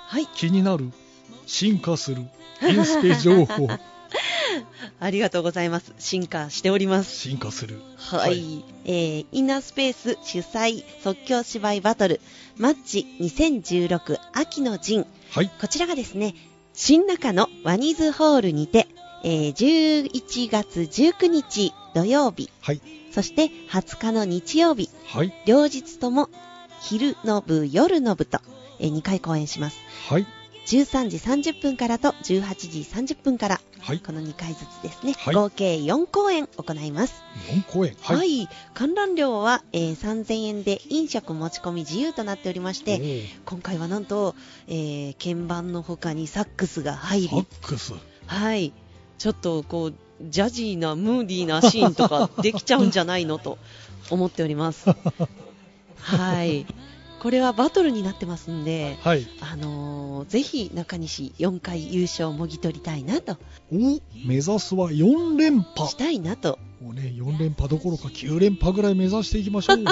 [SPEAKER 4] はい。
[SPEAKER 2] 気になる、進化する、インスペ情報。
[SPEAKER 4] ありがとうございます。進化しております。
[SPEAKER 2] 進化する。
[SPEAKER 4] はい。はい、えー、インナースペース主催即興芝居バトル、マッチにせんじゅうろく秋の陣。はい。こちらがですね、新中野ワニズホールにて、えー、じゅういちがつじゅうくにち土曜日。はい。そしてはつかの日曜日。はい。両日とも昼の部、夜の部と、えー、にかい公演します。はい。じゅうさんじさんじゅっぷんからとじゅうはちじさんじゅっぷんから、はい、このにかいずつですね、はい、合計よんこうえん行います。
[SPEAKER 2] よんこうえん、はい、はい、
[SPEAKER 4] 観覧料は、えー、さんぜんえんで飲食持ち込み自由となっておりまして、今回はなんと、えー、鍵盤の他にサックスが入り、
[SPEAKER 2] サックス、
[SPEAKER 4] はい、ちょっとこうジャジーなムーディーなシーンとかできちゃうんじゃないのと思っております。はい。これはバトルになってますんで、はい、あのー、ぜひ中西よんかい優勝をもぎ取りたいなと。
[SPEAKER 2] お、目指すはよんれんぱ
[SPEAKER 4] したいなと。
[SPEAKER 2] もうね、よんれんぱどころかきゅうれんぱぐらい目指していきましょう。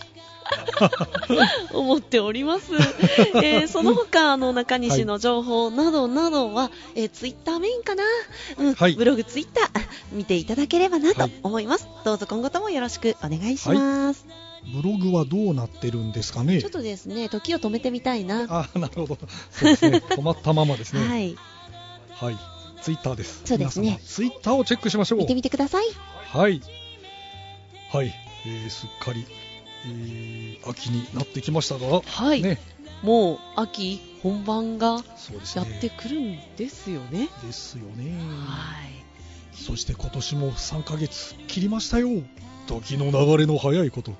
[SPEAKER 4] 思っております。えー、その他あの中西の情報などなどは、はい、えー、ツイッターメインかな、うん、はい、ブログツイッター見ていただければなと思います。はい、どうぞ今後ともよろしくお願いします。はい、
[SPEAKER 2] ブログはどうなってるんですかね。
[SPEAKER 4] ちょっとですね、時を止めてみたいな。
[SPEAKER 2] あ、なるほど。そうですね。止まったままですね。
[SPEAKER 4] はい。
[SPEAKER 2] はい。ツイッターです。
[SPEAKER 4] そうですね。
[SPEAKER 2] ツイッターをチェックしましょう。
[SPEAKER 4] 見てみてください。
[SPEAKER 2] はい。はい。えー、すっかり、えー、秋になってきましたが、
[SPEAKER 4] はい。ね、もう秋本番がやってくるんですよね。
[SPEAKER 2] ですよね。はい。そして今年もさんかげつ切りましたよ。時の流れの早いこと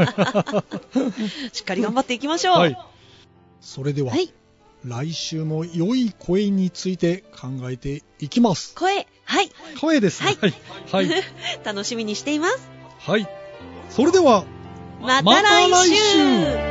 [SPEAKER 4] しっかり頑張っていきましょう。はい、
[SPEAKER 2] それでは、はい、来週も良い声について考えていきます。
[SPEAKER 4] 声、はい、
[SPEAKER 2] 声です。はい、はい、
[SPEAKER 4] 楽しみにしています。
[SPEAKER 2] はい、それでは
[SPEAKER 4] また来週。